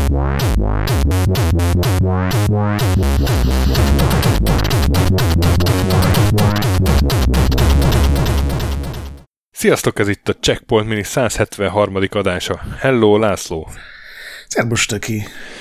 Sziasztok, ez itt a Checkpoint Mini 173. adása. Hello, László! Szerbus, Töki!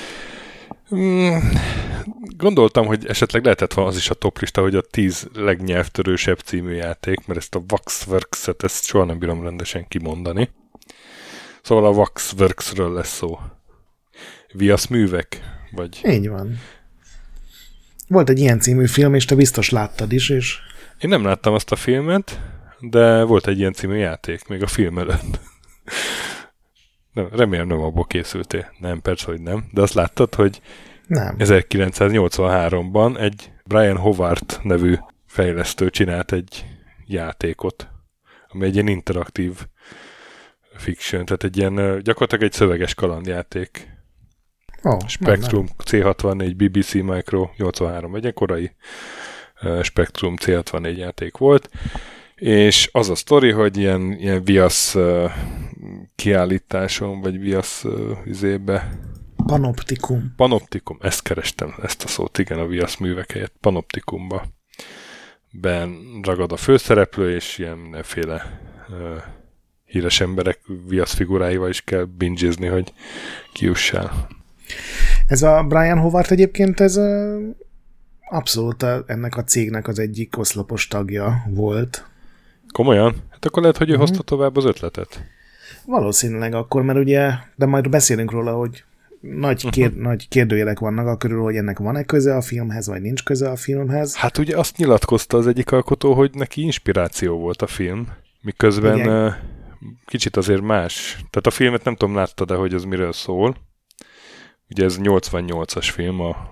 Gondoltam, hogy esetleg lehetett volna az is a toplista, hogy a 10 legnyelvtörősebb című játék, mert ezt a Waxworks-et ezt soha nem bírom rendesen kimondani. Szóval a Waxworks-ről lesz szó. Viaszművek? Vagy... Így van. Volt egy ilyen című film, és te biztos láttad is, és... Én nem láttam azt a filmet, de volt egy ilyen című játék, még a film előtt. Nem, remélem nem abból készültél. Nem, persze, hogy nem. De azt láttad, hogy nem. 1983-ban egy Brian Howard nevű fejlesztő csinált egy játékot, ami egy ilyen interaktív fiction, tehát egy ilyen, gyakorlatilag egy szöveges kalandjáték. Spectrum C64 BBC Micro 83, egy ilyen korai Spectrum C64 játék volt, és az a sztori, hogy ilyen viasz kiállításon, vagy viasz izébe. Panoptikum, ezt kerestem, ezt a szót, igen, a viasz művek helyett, panoptikumba. Ben ragad a főszereplő, és ilyen mindenféle híres emberek viasz figuráival is kell bingezni, hogy kiussál. Ez a Brian Howard egyébként, ez abszolút ennek a cégnek az egyik oszlopos tagja volt. Komolyan? Hát akkor lehet, hogy ő hozta tovább az ötletet. Valószínűleg akkor, mert ugye, de majd beszélünk róla, hogy nagy kérdőjelek vannak a körül, hogy ennek van-e köze a filmhez, vagy nincs köze a filmhez. Hát ugye azt nyilatkozta az egyik alkotó, hogy neki inspiráció volt a film, miközben igen. Kicsit azért más. Tehát a filmet nem tudom, láttad, de hogy az miről szól. Ugye ez 88-as film, a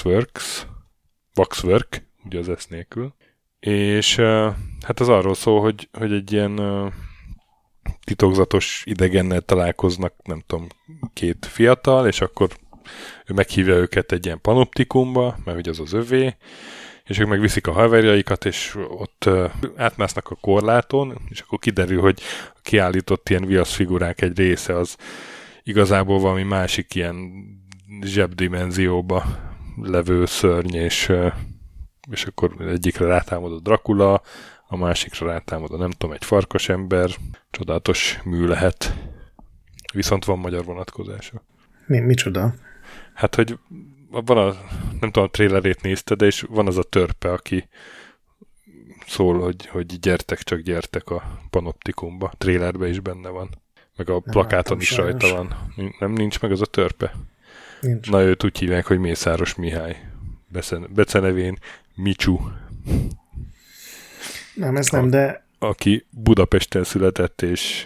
Waxwork, ugye az S nélkül. És hát az arról szól, hogy egy ilyen titokzatos idegennel találkoznak, nem tudom, két fiatal, és akkor ő meghívja őket egy ilyen panoptikumba, mert hogy az az övé, és ők megviszik a haverjaikat, és ott átmásznak a korláton, és akkor kiderül, hogy a kiállított ilyen viasz figurák egy része az igazából valami másik ilyen zsebdimenzióba levő szörny, és akkor egyikre rátámad a Dracula, a másikra rátámad a nem tudom, egy farkasember, csodálatos mű lehet. Viszont van magyar vonatkozása. Micsoda? Hát, hogy van nem tudom, a trailerét nézted, de és van az a törpe, aki szól, hogy gyertek a panoptikumba. Trailerben is benne van. Meg a plakáton is sajnos rajta van. Nem nincs meg az a törpe? Nincs. Na, őt úgy hívják, hogy Mészáros Mihály. Becenevén Micsu. Nem, ez nem, de... Aki Budapesten született, és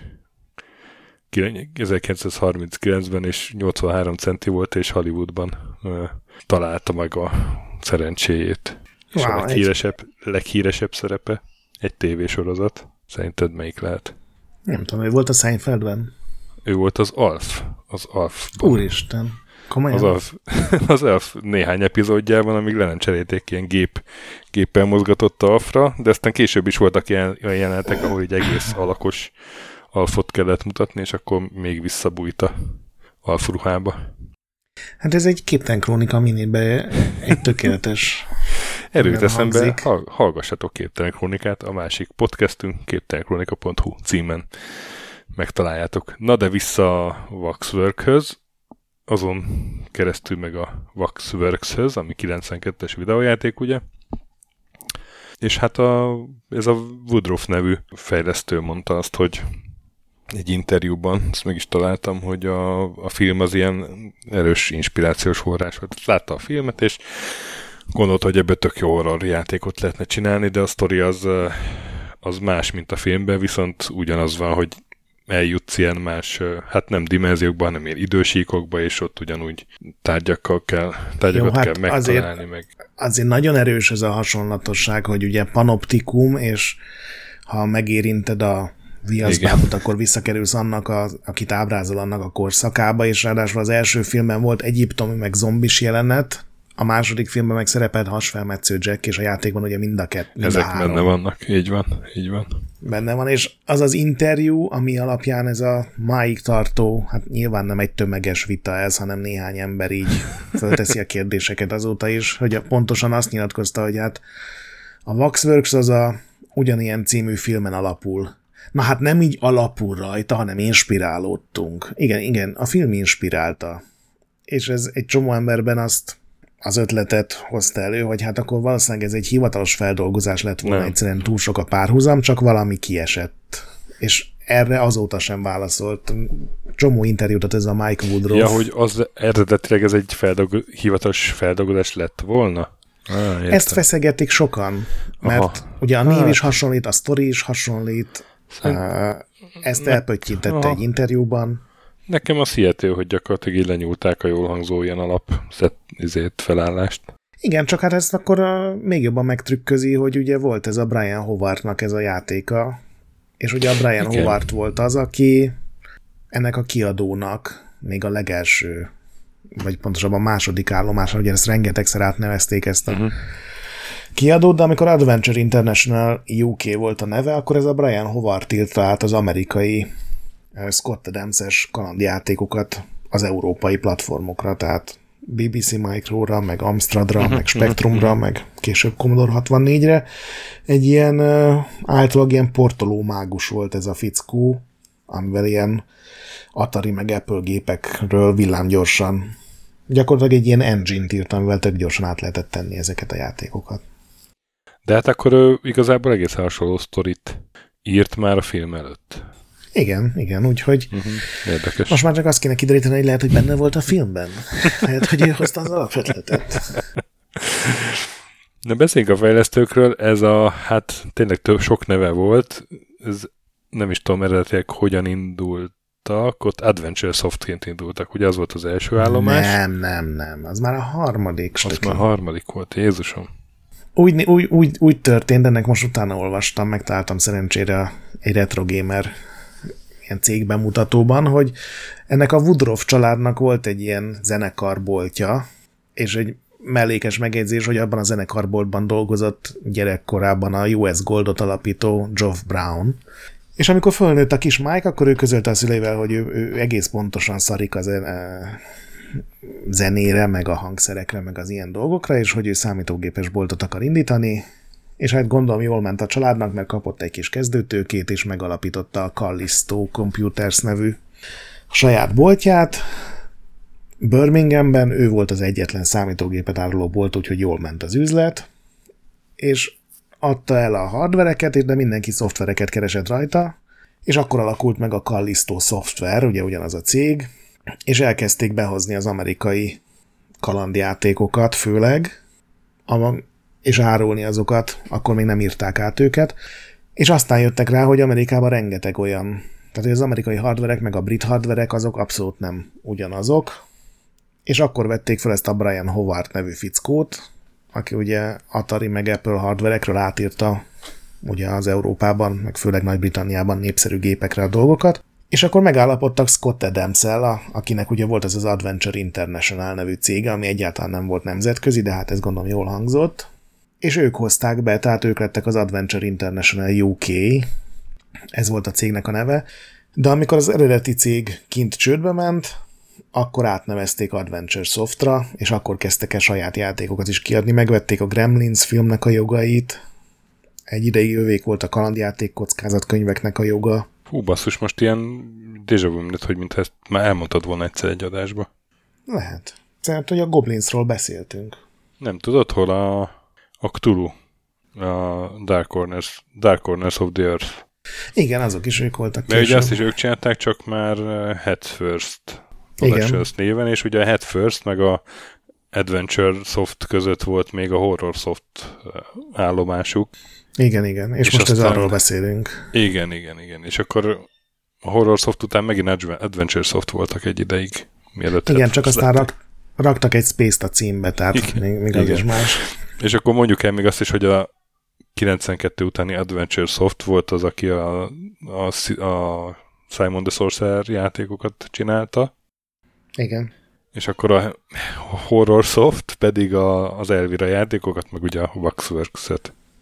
1939-ben, és 83 centi volt, és Hollywoodban találta meg a szerencséjét. És wow, a leghíresebb szerepe egy tévésorozat. Szerinted melyik lehet? Nem tudom, ő volt a Seinfeldben? Ő volt az Alf. Az Alfban. Úristen! Komolyan? Az Alf néhány epizódjában, amíg le nem cserélték ilyen géppel mozgatott Alfra, de aztán később is voltak olyan jelenetek, ahol egy egész alakos Alfot kellett mutatni, és akkor még visszabújt a Alf ruhába. Hát ez egy Képtelen Krónika minibe egy tökéletes... Erőt eszembe, hallgassatok Képtelen Krónikát, a másik podcastünk képtelenkronika.hu címen megtaláljátok. Na de vissza a Waxworks-höz, azon keresztül meg a Waxworks-höz, ami 92-es videójáték, ugye? És hát ez a Woodruff nevű fejlesztő mondta azt, hogy egy interjúban, ezt meg is találtam, hogy a film az ilyen erős inspirációs forrás volt. Látta a filmet, és gondolta, hogy ebből tök jó horror játékot lehetne csinálni, de a sztori az más, mint a filmben, viszont ugyanaz van, hogy eljutsz ilyen más, hát nem dimenziókban, hanem ilyen idősíkokba, és ott ugyanúgy tárgyakat kell megtalálni. Azért nagyon erős ez a hasonlatosság, hogy ugye panoptikum, és ha megérinted a viaszbábot, akkor visszakerülsz annak, akit ábrázol annak a korszakába, és ráadásul az első filmben volt egyiptomi meg zombis jelenet, a második filmben meg szerepelt hasfelmetsző Jack, és a játékban ugye mind a kettő. Ezek benne vannak, így van. benne van, és az az interjú, ami alapján ez a máig tartó, hát nyilván nem egy tömeges vita ez, hanem néhány ember így felteszi a kérdéseket azóta is, hogy pontosan azt nyilatkozta, hogy hát a Waxworks az a ugyanilyen című filmen alapul. Na hát nem így alapul rajta, hanem inspirálódtunk. Igen, a film inspirálta. És ez egy csomó emberben azt az ötletet hozta elő, hogy hát akkor valószínűleg ez egy hivatalos feldolgozás lett volna, egyszerűen túl sok a párhuzam, csak valami kiesett. És erre azóta sem válaszolt. Csomó interjút ad ez a Mike Woodruff. Ja, hogy az eredetileg ez egy hivatalos feldolgozás lett volna? Ezt feszegetik sokan, mert ugye a név is hasonlít, a sztori is hasonlít, ezt elpöttyintette egy interjúban. Nekem az hihető, hogy gyakorlatilag így lenyúlták a jól hangzó ilyen felállást. Igen, csak hát ezt akkor még jobban megtrükközi, hogy ugye volt ez a Brian Howardnak ez a játéka, és ugye a Brian Howard volt az, aki ennek a kiadónak még a legelső, vagy pontosabban a második állomáson, ugye ezt rengetegszer átnevezték ezt a kiadót, de amikor Adventure International UK volt a neve, akkor ez a Brian Howard írta át az amerikai Scott Adams-es kalandjátékokat az európai platformokra, tehát BBC Micro-ra, meg Amstradra, meg Spectrumra, meg később Commodore 64-re. Egy ilyen általában ilyen portoló mágus volt ez a fickó, amivel ilyen Atari meg Apple gépekről villámgyorsan, gyakorlatilag egy ilyen engine-t írt, amivel tök gyorsan át lehetett tenni ezeket a játékokat. De hát akkor ő igazából egész hasonló sztorit írt már a film előtt. Igen, úgyhogy érdekes. Most már csak azt kéne kideríteni, hogy lehet, hogy benne volt a filmben. Lehet, hogy ő hozta az alapötletet. De beszéljünk a fejlesztőkről, ez hát tényleg sok neve volt, ez nem is tudom eredetileg hogyan indultak, ott Adventure Softként indultak, ugye az volt az első állomás? Nem, az már a harmadik. Az már a harmadik volt, Jézusom. Úgy történt, ennek most utána olvastam, megtaláltam szerencsére egy Retro Gamer ilyen cégbemutatóban, hogy ennek a Woodruff családnak volt egy ilyen zenekarboltja, és egy mellékes megjegyzés, hogy abban a zenekarboltban dolgozott gyerekkorában a US Goldot alapító Geoff Brown. És amikor fölnőtt a kis Mike, akkor ő közölte a szüleivel, hogy ő egész pontosan szarik a zenére, meg a hangszerekre, meg az ilyen dolgokra, és hogy ő számítógépes boltot akar indítani, és hát gondolom jól ment a családnak, mert kapott egy kis kezdőtőkét, és megalapította a Callisto Computers nevű saját boltját. Birminghamben ő volt az egyetlen számítógépet áruló bolt, úgyhogy jól ment az üzlet, és adta el a hardvereket, de mindenki szoftvereket keresett rajta, és akkor alakult meg a Callisto Software, ugye ugyanaz a cég, és elkezdték behozni az amerikai kalandjátékokat főleg, és árulni azokat, akkor még nem írták át őket, és aztán jöttek rá, hogy Amerikában rengeteg olyan, tehát hogy az amerikai hardverek meg a brit hardverek azok abszolút nem ugyanazok, és akkor vették fel ezt a Brian Howard nevű fickót, aki ugye Atari meg Apple hardverekről átírta ugye az Európában, meg főleg Nagy-Britanniában népszerű gépekre a dolgokat, és akkor megállapodtak Scott Adams-el, akinek ugye volt ez az Adventure International nevű cége, ami egyáltalán nem volt nemzetközi, de hát ez gondolom jól hangzott, és ők hozták be, tehát ők lettek az Adventure International UK, ez volt a cégnek a neve, de amikor az eredeti cég kint csődbe ment, akkor átnevezték Adventure Softra, és akkor kezdtek el saját játékokat is kiadni, megvették a Gremlins filmnek a jogait, egy ideig övék volt a kalandjáték kockázatkönyveknek a joga. Hú, basszus, most ilyen déjà vu mindet, hogy mintha ezt már elmondtad volna egyszer egy adásba. Lehet. Szerintem, hogy a Goblinsról beszéltünk. Nem tudod, hol a Cthulhu, a Dark Corners of the Earth. Igen, azok is ők voltak. Mert ugye azt is ők csinálták, csak már Head First Productions néven, és ugye a Head First meg a Adventure Soft között volt még a Horror Soft állomásuk. Igen, és most aztán, arról beszélünk. Igen, és akkor a Horror Soft után megint Adventure Soft voltak egy ideig. Igen, csak aztán raktak egy Space-t a címbe, tehát még az is más. És akkor mondjuk el még azt is, hogy a 92 utáni Adventure Soft volt az, aki a Simon the Sorcerer játékokat csinálta. Igen. És akkor a Horror Soft pedig az Elvira játékokat, meg ugye a Waxworks-et.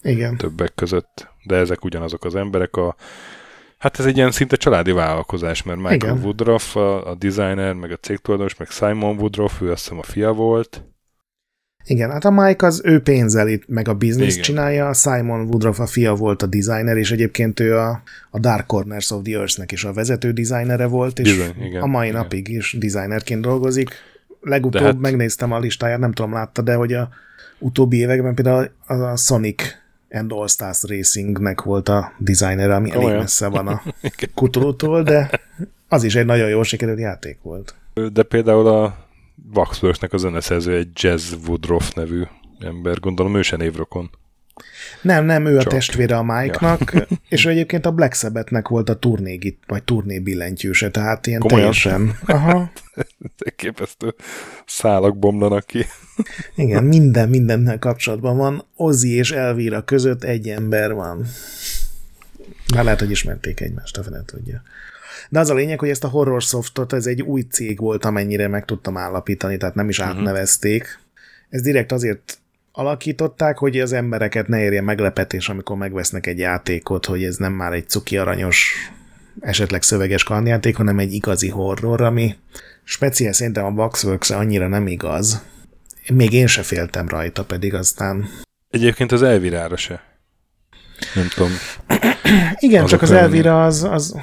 Igen. Többek között. De ezek ugyanazok az emberek. Hát ez egy ilyen szinte családi vállalkozás, mert Michael Woodruff a designer, meg a cégtulajdonos, meg Simon Woodruff, ő azt hiszem a fia volt. Igen, hát a Mike az ő pénzzel itt meg a biznisz csinálja, a Simon Woodruff a fia volt a designer, és egyébként ő a Dark Corners of the Earth-nek is a vezető designere volt, és a mai napig is designerként dolgozik. Legutóbb megnéztem a listáját, nem tudom, látta, de hogy a utóbbi években például a Sonic and All Stars Racingnek volt a designer, ami elég messze van a Cthulhu-tól, de az is egy nagyon jól sikerült játék volt. De például a Waxworks-nek a zeneszerző egy Jazz Woodruff nevű ember, gondolom ő se névrokon. Nem, ő a testvére a Mike-nak, és egyébként a Black Sabbath-nek volt a turné billentyűse, tehát ilyen teljesen. Aha. Képesztő szálak bomlanak ki. Igen, mindennel kapcsolatban van. Ozzy és Elvira között egy ember van. Már lehet, hogy ismerték egymást, a fene tudja. De az a lényeg, hogy ezt a Horror Softot, ez egy új cég volt, amennyire meg tudtam állapítani, tehát nem is átnevezték. Ez direkt azért alakították, hogy az embereket ne érje meglepetés, amikor megvesznek egy játékot, hogy ez nem már egy cuki aranyos, esetleg szöveges kalandjáték, hanem egy igazi horror, ami speciál szerintem a Waxworks annyira nem igaz. Még én se féltem rajta, pedig aztán... Egyébként az Elvirára se. Nem tudom. Igen, csak az Elvira az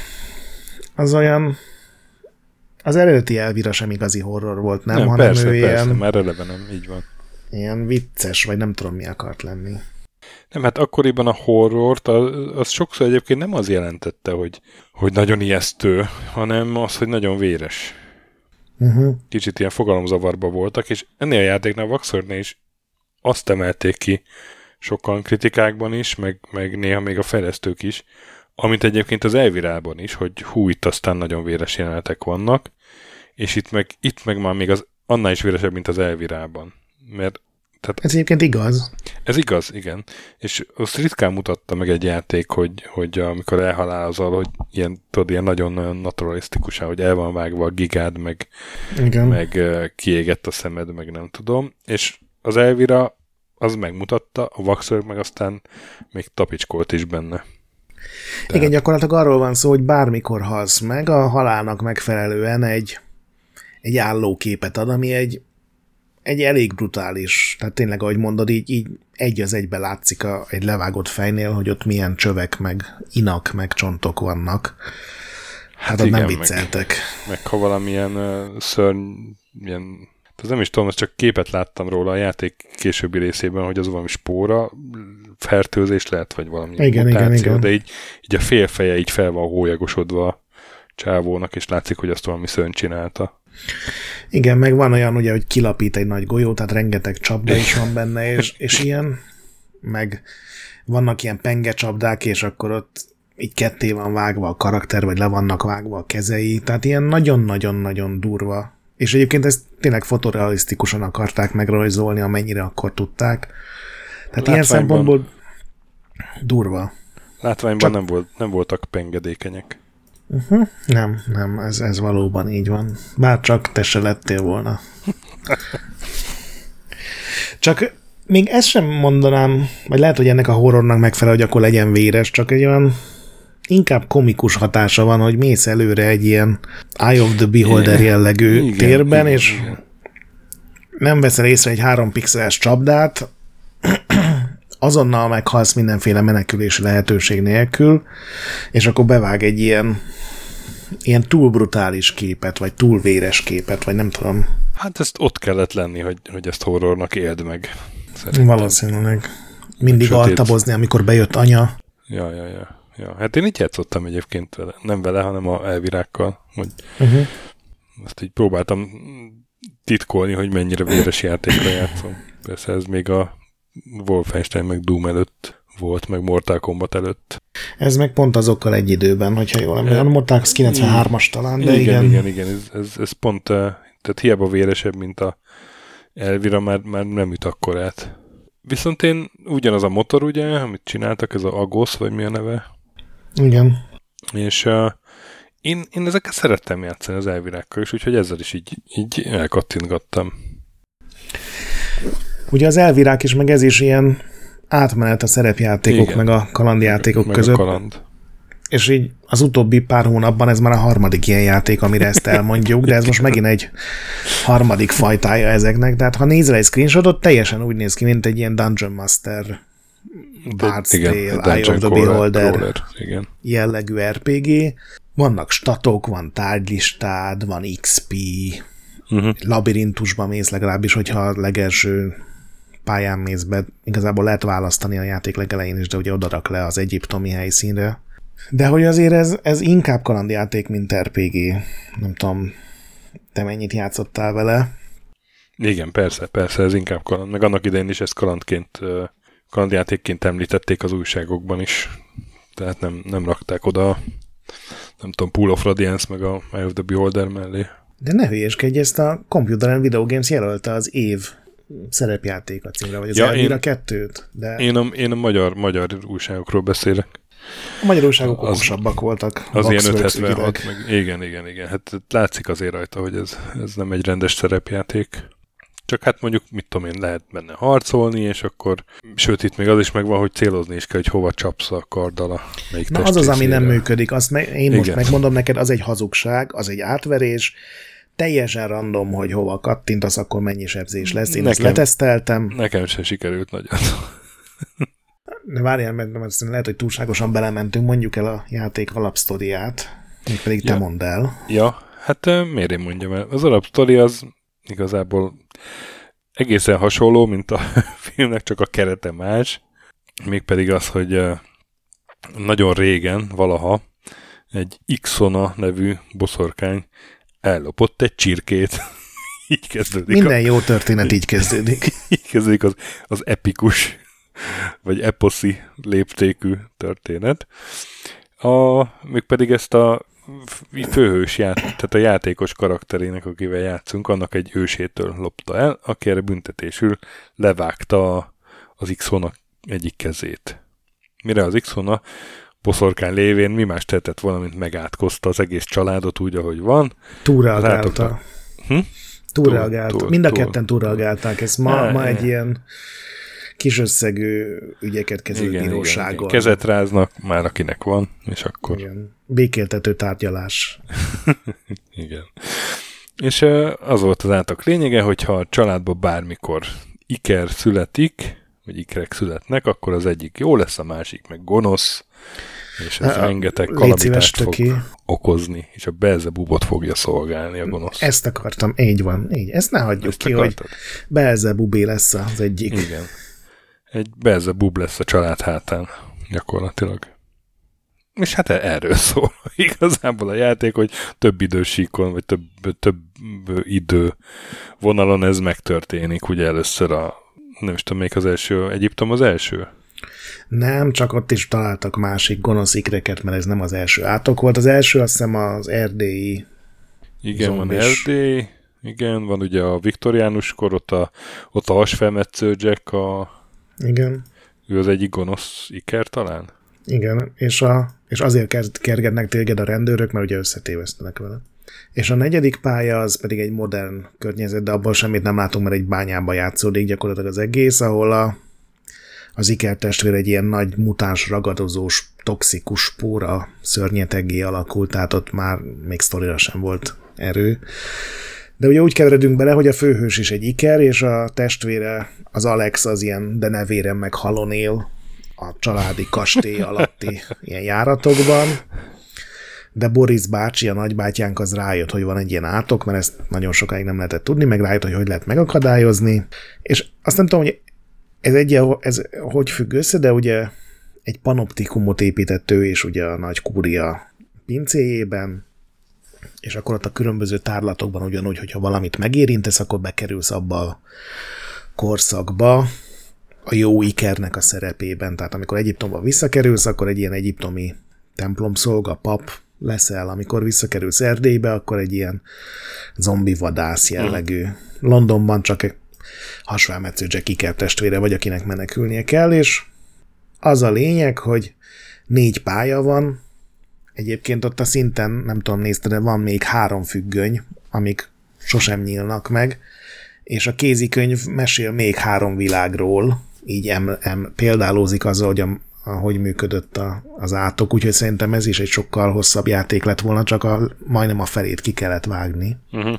olyan... Az eredeti Elvira sem igazi horror volt, nem? Hanem persze, ilyen, már eleve nem, így van. Ilyen vicces, vagy nem tudom mi akart lenni. Nem, hát akkoriban a horrort, az sokszor egyébként nem az jelentette, hogy nagyon ijesztő, hanem az, hogy nagyon véres. Kicsit ilyen fogalomzavarba voltak, és ennél a játéknál, a Waxworksnél is azt emelték ki sokan kritikákban is, meg néha még a fejlesztők is, amit egyébként az Elvirában is, hogy itt aztán nagyon véres jelenetek vannak, és itt meg már még az annál is véresebb, mint az Elvirában. Mert ez egyébként igaz. Ez igaz, igen. És azt ritkán mutatta meg egy játék, hogy amikor elhalálozol, hogy ilyen nagyon-nagyon naturalisztikusan, hogy el van vágva a gigád, meg kiégett a szemed, meg nem tudom. És az Elvira az megmutatta, a Waxworks meg aztán még tapicskolt is benne. Igen, gyakorlatilag arról van szó, hogy bármikor halsz meg, a halálnak megfelelően egy állóképet ad, ami egy elég brutális, tehát tényleg, ahogy mondod, így egy az egybe látszik egy levágott fejnél, hogy ott milyen csövek, meg inak, meg csontok vannak. Hát igen, nem vicceltek. Meg ha valamilyen szörny, ilyen, az nem is tudom, csak képet láttam róla a játék későbbi részében, hogy az valami spóra fertőzés lehet, vagy valami mutáció, de így a félfeje így fel van hólyagosodva a csávónak, és látszik, hogy azt valami szörny csinálta. Igen, meg van olyan, ugye, hogy kilapít egy nagy golyó, tehát rengeteg csapda is van benne, és ilyen, meg vannak ilyen pengecsapdák, és akkor ott így ketté van vágva a karakter, vagy le vannak vágva a kezei, tehát ilyen nagyon-nagyon-nagyon durva. És egyébként ezt tényleg fotorealisztikusan akarták megrajzolni, amennyire akkor tudták. Tehát ilyen szempontból durva. Látványban nem voltak pengedékenyek. Nem, ez valóban így van. Bár csak te se lettél volna. Csak még ezt sem mondanám, vagy lehet, hogy ennek a horrornak megfelel, hogy akkor legyen véres, csak egy olyan inkább komikus hatása van, hogy mész előre egy ilyen Eye of the Beholder jellegű térben, és nem veszel észre egy 3 pixeles csapdát, azonnal meghalsz mindenféle menekülési lehetőség nélkül, és akkor bevág egy ilyen túl brutális képet, vagy túl véres képet, vagy nem tudom. Hát ezt ott kellett lenni, hogy ezt horrornak éld meg. Szerintem. Valószínűleg. Mindig altabozni, amikor bejött anya. Ja. Hát én így játszottam egyébként vele. Nem vele, hanem a Elvirákkal. Hogy azt így próbáltam titkolni, hogy mennyire véres játékra játszom. Persze ez még a Wolfenstein meg Doom előtt volt, meg Mortal Kombat előtt. Ez meg pont azokkal egy időben, hogyha jól emlékszem. Mortal 93-as talán, de igen. Ez pont, tehát hiába véresebb, mint a Elvira, már nem üt akkorát. Viszont én ugyanaz a motor, ugye, amit csináltak, ez a Agos, vagy mi a neve? Igen. És én ezeket szerettem játszani az Elvirákkal is, úgyhogy ezzel is így elkattintgattam. Ugye az Elvirák is, meg ez is ilyen átmenet a szerepjátékok meg a kalandjátékok között. A kaland. És így az utóbbi pár hónapban ez már a harmadik ilyen játék, amire ezt elmondjuk, de ez most megint egy harmadik fajtája ezeknek. Tehát ha nézel egy screenshotot, teljesen úgy néz ki, mint egy ilyen Dungeon Master, Bard's Tale, Eye of the Beholder jellegű RPG. Vannak statok, van tárgylistád, van XP, labirintusban mész legalábbis, hogyha a legelső pályán mész be. Igazából lehet választani a játék legelején is, de ugye odarak le az egyiptomi helyszínre. De hogy azért ez inkább kalandjáték, mint RPG. Nem tudom, te mennyit játszottál vele? Igen, persze, ez inkább kaland. Meg annak idején is ezt kalandjátékként említették az újságokban is. Tehát nem rakták oda, nem tudom, Pool of Radiance meg a Eye of the Beholder mellé. De ne hülyeskedj, ezt a Computer and Video Games jelölte az év szerepjáték a címre, vagy az Elvira 2-t. De... Én a magyar újságokról beszélek. A magyar újságok okosabbak voltak. Az ilyen 576, meg igen. Hát látszik azért rajta, hogy ez nem egy rendes szerepjáték. Csak hát mondjuk, mit tudom én, lehet benne harcolni, és akkor, sőt itt még az is megvan, hogy célozni is kell, hogy hova csapsz a karddal a melyik testrészére. Az az, ami nem működik. Én most megmondom neked, az egy hazugság, az egy átverés, teljesen random, hogy hova kattintasz, akkor mennyi sebzés lesz. Én ezt leteszteltem. Nekem sem sikerült nagyon. De várjál, mert lehet, hogy túlságosan belementünk, mondjuk el a játék alapsztoriát, még pedig te mondd el. Ja, hát miért én mondjam el? Az alapsztori az igazából egészen hasonló, mint a filmnek, csak a kerete más. Mégpedig az, hogy nagyon régen, valaha egy Ixona nevű boszorkány ellopott egy csirkét. Így kezdődik. Minden jó történet így kezdődik. Így kezdődik az epikus, vagy eposzi léptékű történet. Mégpedig ezt a főhős tehát a játékos karakterének, akivel játszunk, annak egy ősétől lopta el, aki erre büntetésül levágta az Ixona egyik kezét. Mire az Ixona boszorkány lévén mi más tehetett volna, mint megátkozta az egész családot úgy, ahogy van. Túlreagálta. Túlreagálta. Mind a ketten túlreagálták. Ez ma egy ilyen kis összegű ügyeket kezelő bíróságon. Igen. Kezet ráznak, már akinek van, és akkor... Igen. Békéltető tárgyalás. Igen. És az volt az átok lényege, hogyha a családban bármikor iker születik, vagy ikerek születnek, akkor az egyik jó lesz, a másik meg gonosz, és ez rengeteg kalamitást fog okozni, és a Beelzebubot fogja szolgálni a gonosz. Ezt akartam, így van. Így. Ezt ne hagyjuk ezt ki, akartad? Hogy Beelzebubé lesz az egyik. Igen. Egy Beelzebub lesz a család hátán, gyakorlatilag. És hát erről szól igazából a játék, hogy több idősíkon, vagy több idő vonalon ez megtörténik. Ugye először nem is tudom, melyik az első, Egyiptom az első? Nem, csak ott is találtak másik gonosz ikreket, mert ez nem az első átok volt. Az első azt hiszem az erdélyi igen, zombis. Van Erdély, igen, van ugye a viktoriánus kor, ott a hasfelmetsző Jack, igen. Ő az egyik gonosz iker talán? Igen, és azért kergetnek téged a rendőrök, mert ugye összetévesztenek vele. És a negyedik pálya az pedig egy modern környezet, de abban semmit nem látunk, mert egy bányában játszódik gyakorlatilag az egész, ahol az ikertestvér egy ilyen nagy mutáns, ragadozós, toxikus spóra szörnyeteggé alakult, tehát ott már még sztorira sem volt erő. De ugye úgy keveredünk bele, hogy a főhős is egy iker, és a testvére, az Alex az ilyen denevéren meg halon él a családi kastély alatti ilyen járatokban. De Boris bácsi, a nagybátyánk az rájött, hogy van egy ilyen átok, mert ezt nagyon sokáig nem lehetett tudni, meg rájött, hogy lehet megakadályozni. És azt nem tudom, hogy ez hogy függ össze, de ugye egy panoptikumot épített ő, és ugye a nagy kúria pincéjében, és akkor ott a különböző tárlatokban ugyanúgy, hogyha valamit megérintesz, akkor bekerülsz abba a korszakba, a jó ikernek a szerepében. Tehát amikor Egyiptomba visszakerülsz, akkor egy ilyen egyiptomi templomszolga, pap leszel, amikor visszakerülsz Erdélybe, akkor egy ilyen zombi vadász jellegű. Londonban csak hasfelmetsző Jack ikertestvére vagy, akinek menekülnie kell, és az a lényeg, hogy 4 pálya van. Egyébként ott a szinten, nem tudom, nézted, de van még 3 függöny, amik sosem nyílnak meg, és a kézikönyv mesél még 3 világról, így példálózik azzal, hogy ahogy működött az átok, úgyhogy szerintem ez is egy sokkal hosszabb játék lett volna, csak majdnem a felét ki kellett vágni.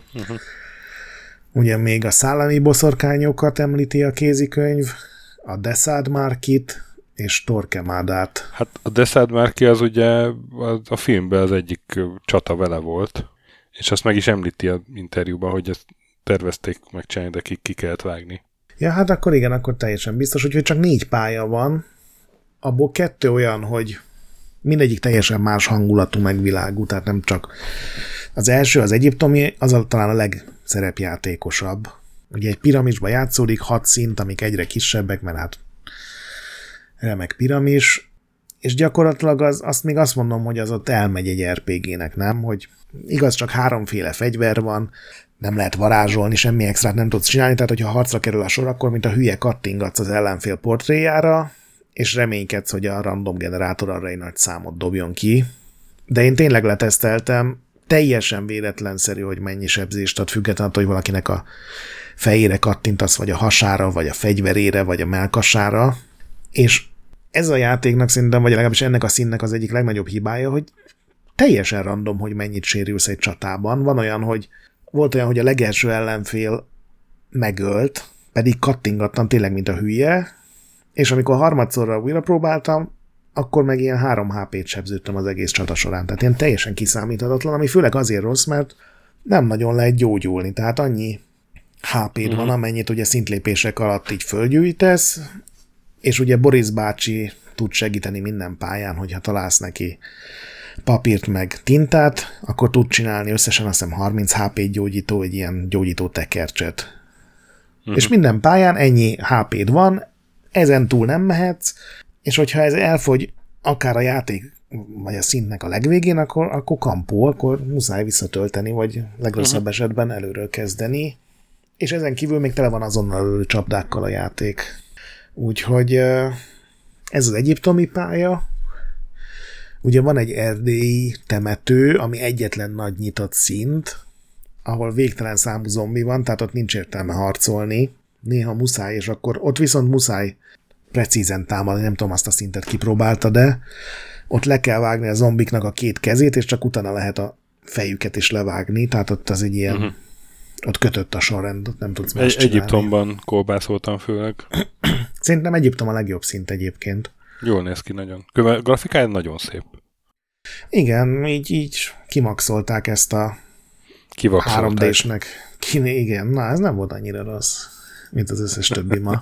Ugye még a szállami boszorkányokat említi a kézikönyv, a Desadmarkit és Torquemadát. Hát a Desadmarki az ugye a filmben az egyik csata vele volt, és azt meg is említi az interjúban, hogy ezt tervezték megcsinálni, de ki kellett vágni. Ja, hát akkor igen, akkor teljesen biztos, hogy csak 4 pálya van, abból 2 olyan, hogy mindegyik teljesen más hangulatú, megvilágú, tehát nem csak az első, az egyiptomi, az talán a legszerepjátékosabb. Ugye egy piramisba játszódik, 6 szint, amik egyre kisebbek, mert hát remek piramis, és gyakorlatilag azt még azt mondom, hogy az ott elmegy egy RPG-nek, nem? Hogy igaz, csak 3 fegyver van, nem lehet varázsolni, semmi extrát nem tudsz csinálni, tehát hogyha harcra kerül a sor, akkor mint a hülye kattingatsz az ellenfél portréjára, és reménykedsz, hogy a random generátor arra egy nagy számot dobjon ki. De én tényleg leteszteltem, teljesen véletlenszerű, hogy mennyi sebzést ad, függetlenül attól, hogy valakinek a fejére kattintasz, vagy a hasára, vagy a fegyverére, vagy a melkasára, és ez a játéknak szerintem, vagy legalábbis ennek a színnek az egyik legnagyobb hibája, hogy teljesen random, hogy mennyit sérülsz egy csatában. Volt olyan, hogy a legelső ellenfél megölt, pedig kattingattam tényleg, mint a hülye, és amikor harmadszorra újra próbáltam, akkor meg ilyen 3 HP-t sebződtem az egész csata során. Tehát ilyen teljesen kiszámíthatatlan, ami főleg azért rossz, mert nem nagyon lehet gyógyulni. Tehát annyi HP-d van, amennyit ugye szintlépések alatt így fölgyűjtesz, és ugye Boris bácsi tud segíteni minden pályán, hogyha találsz neki papírt meg tintát, akkor tud csinálni összesen azt hiszem 30 HP-t gyógyító, egy ilyen gyógyító tekercset. És minden pályán ennyi HP-d van, ezen túl nem mehetsz, és hogyha ez elfogy akár a játék vagy a szintnek a legvégén, akkor kampó, akkor muszáj visszatölteni, vagy legrosszabb esetben előről kezdeni. És ezen kívül még tele van azonnal csapdákkal a játék. Úgyhogy ez az egyiptomi pálya. Ugye van egy erdélyi temető, ami egyetlen nagy nyitott szint, ahol végtelen számú zombi van, tehát ott nincs értelme harcolni. Néha muszáj, és akkor ott viszont muszáj precízen támadni, nem tudom, azt a szintet kipróbálta, de ott le kell vágni a zombiknak a 2 kezét, és csak utána lehet a fejüket is levágni, tehát ott az egy ilyen, ott kötött a sorrend, ott nem tudsz más csinálni. Egyiptomban kolbászoltam főleg. Szerintem Egyiptom a legjobb szint egyébként. Jól néz ki nagyon. A grafikája nagyon szép. Igen, így kimaxolták ezt a 3D-snek. Igen, na ez nem volt annyira rossz, mint az összes többi ma.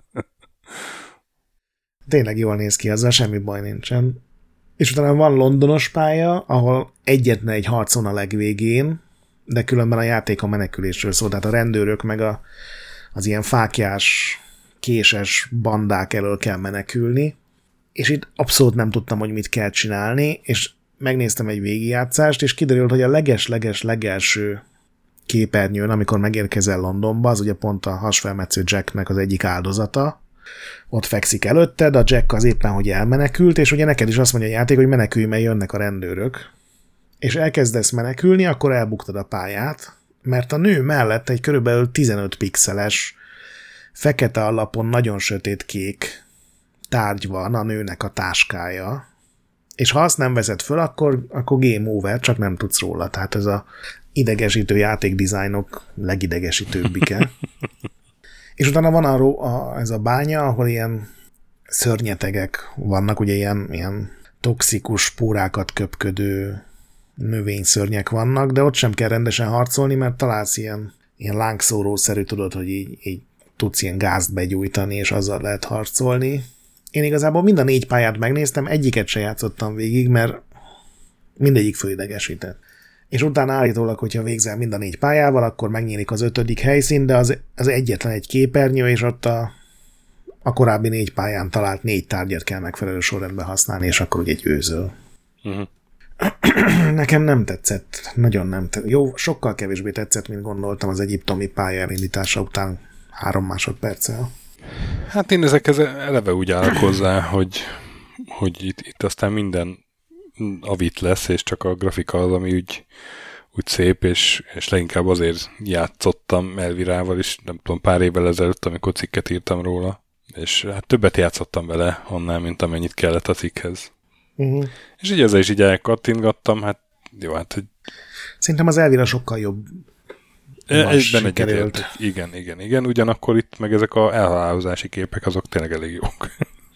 Tényleg jól néz ki, ezzel semmi baj nincsen. És utána van londonos pálya, ahol egyetlen egy harcon a legvégén, de különben a játék a menekülésről szól, tehát a rendőrök meg az ilyen fáklyás, késes bandák elől kell menekülni, és itt abszolút nem tudtam, hogy mit kell csinálni, és megnéztem egy végigjátszást, és kiderült, hogy a legelső képernyőn, amikor megérkezel Londonba, az ugye pont a hasfelmetsző Jacknek az egyik áldozata, ott fekszik előtted, a Jack az éppen, hogy elmenekült, és ugye neked is azt mondja a játék, hogy menekülj, mert jönnek a rendőrök. És elkezdesz menekülni, akkor elbuktad a pályát, mert a nő mellett egy körülbelül 15 pixeles, fekete alapon nagyon sötét-kék tárgy van, a nőnek a táskája, és ha azt nem veszed föl, akkor game over, csak nem tudsz róla. Tehát ez a idegesítő játékdizájnok legidegesítőbbike. És utána van ez a bánya, ahol ilyen szörnyetegek vannak, ugye ilyen toxikus spórákat köpködő növényszörnyek vannak, de ott sem kell rendesen harcolni, mert találsz ilyen lángszórószerű, tudod, hogy így tudsz ilyen gázt begyújtani, és azzal lehet harcolni. Én igazából mind a 4 pályát megnéztem, egyiket se játszottam végig, mert mindegyik fölidegesített. És utána állítólag, hogyha végzel mind a 4 pályával, akkor megnyílik az 5. helyszín, de az egyetlen egy képernyő, és ott a korábbi 4 pályán talált 4 tárgyat kell megfelelő sorrendben használni, és akkor ugye győzöl. Nekem nem tetszett, nagyon nem tetszett. Jó, sokkal kevésbé tetszett, mint gondoltam az egyiptomi pálya elindítása után 3 másodperccel. Hát én ezekhez eleve úgy állok hozzá, hogy itt aztán minden avit lesz, és csak a grafika az, ami úgy szép, és leginkább azért játszottam Elvirával is, nem tudom, pár évvel ezelőtt, amikor cikket írtam róla. És hát többet játszottam vele annál, mint amennyit kellett a cikkhez. És így ezzel is így elkattintgattam, hát jó, hát hogy... Szerintem az Elvira sokkal jobb. Egyben egyetértek. Igen. Ugyanakkor itt meg ezek a elhalálozási képek, azok tényleg elég jók.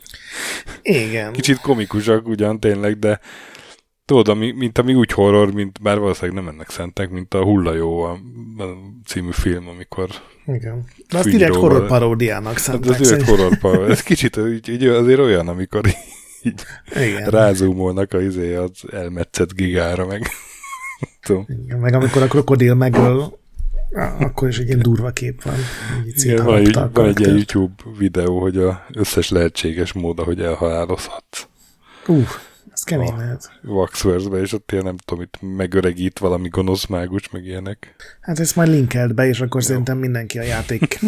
Igen. Kicsit komikusak ugyan tényleg, de tudod, mint ami úgy horror, mint bár valószínűleg nem ennek szentek, mint a Hullajó a című film, amikor... Igen. De azt direkt horror paródiának szentek. Ez direkt horror paródiának. Ez kicsit így azért olyan, amikor így rázumolnak az elmetszett gigára, meg... Igen, meg amikor a krokodil megöl, akkor is egy ilyen durva kép van. Igen, van egy ilyen YouTube videó, hogy az összes lehetséges mód, ahogy elhalálozhatsz. Ez kemény lehet. Waxworks-be, és ott ilyen nem tudom, itt megöregít valami gonosz mágus, meg ilyenek. Hát ezt majd linkeld be, és akkor szerintem mindenki a játék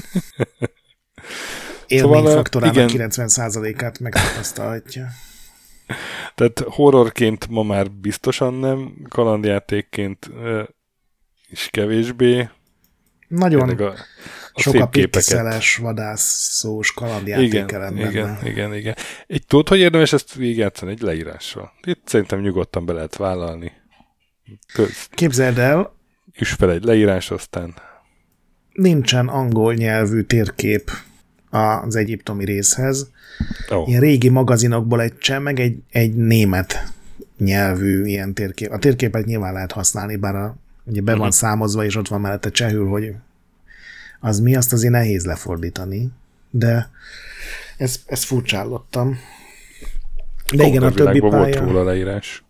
élményfaktorának 90%-át megtapasztalhatja. Tehát horrorként ma már biztosan nem, kalandjátékként is kevésbé. Nagyon sok a pixeles, vadászós kalandjáték elem benne. Igen. Egy tudod, hogy érdemes ezt végigjátszani egy leírással? Itt szerintem nyugodtan be lehet vállalni. Képzeld el, üss fel egy leírás, aztán... Nincsen angol nyelvű térkép az egyiptomi részhez. Ilyen régi magazinokból meg egy német nyelvű ilyen térkép. A térképet nyilván lehet használni, bár ugye be van számozva, és ott van mellette csehül, hogy az mi, azt azért nehéz lefordítani. De ezt furcsállottam. De igen, a többi pálya... volt róla leírás.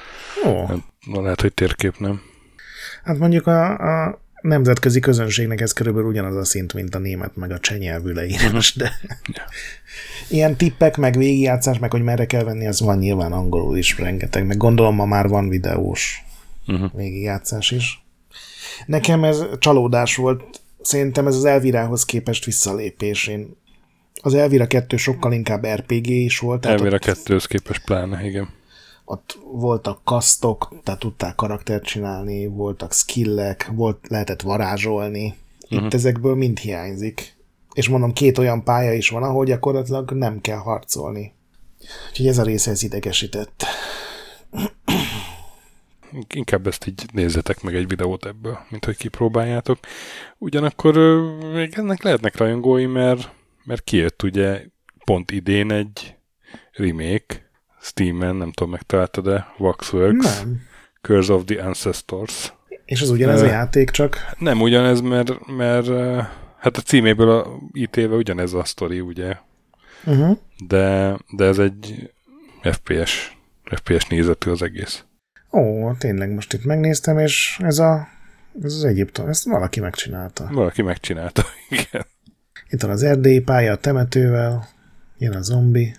Lehet, hogy térkép nem. Hát mondjuk a nemzetközi közönségnek ez körülbelül ugyanaz a szint, mint a német, meg a cseh nyelvű leírás, de ilyen tippek, meg végigjátszás, meg hogy merre kell venni, az van nyilván angolul is rengeteg, meg gondolom ma már van videós végigjátszás is. Nekem ez csalódás volt, szerintem ez az Elvirához képest visszalépés. Az Elvira 2 sokkal inkább RPG is volt. Elvira 2-höz képest pláne, igen. Ott voltak kasztok, tehát tudták karaktert csinálni, voltak skillek, lehetett varázsolni. Itt ezekből mind hiányzik. És mondom, 2 olyan pálya is van, ahol gyakorlatilag nem kell harcolni. Úgyhogy ez a része ez idegesített. Inkább ezt így nézzetek meg egy videót ebből, mint hogy kipróbáljátok. Ugyanakkor ennek lehetnek rajongói, mert kijött ugye pont idén egy remake Steamen, nem tudom, megtaláltad-e, Waxworks, nem. Curse of the Ancestors. És az ugyanez a játék, csak... Nem ugyanez, mert hát a címéből ítéve ugyanez a sztori, ugye? De ez egy FPS nézetű az egész. Tényleg most itt megnéztem, és ez az Egyiptom, ezt valaki megcsinálta. Valaki megcsinálta, igen. Itt van az erdélyi pálya a temetővel, jön a zombi.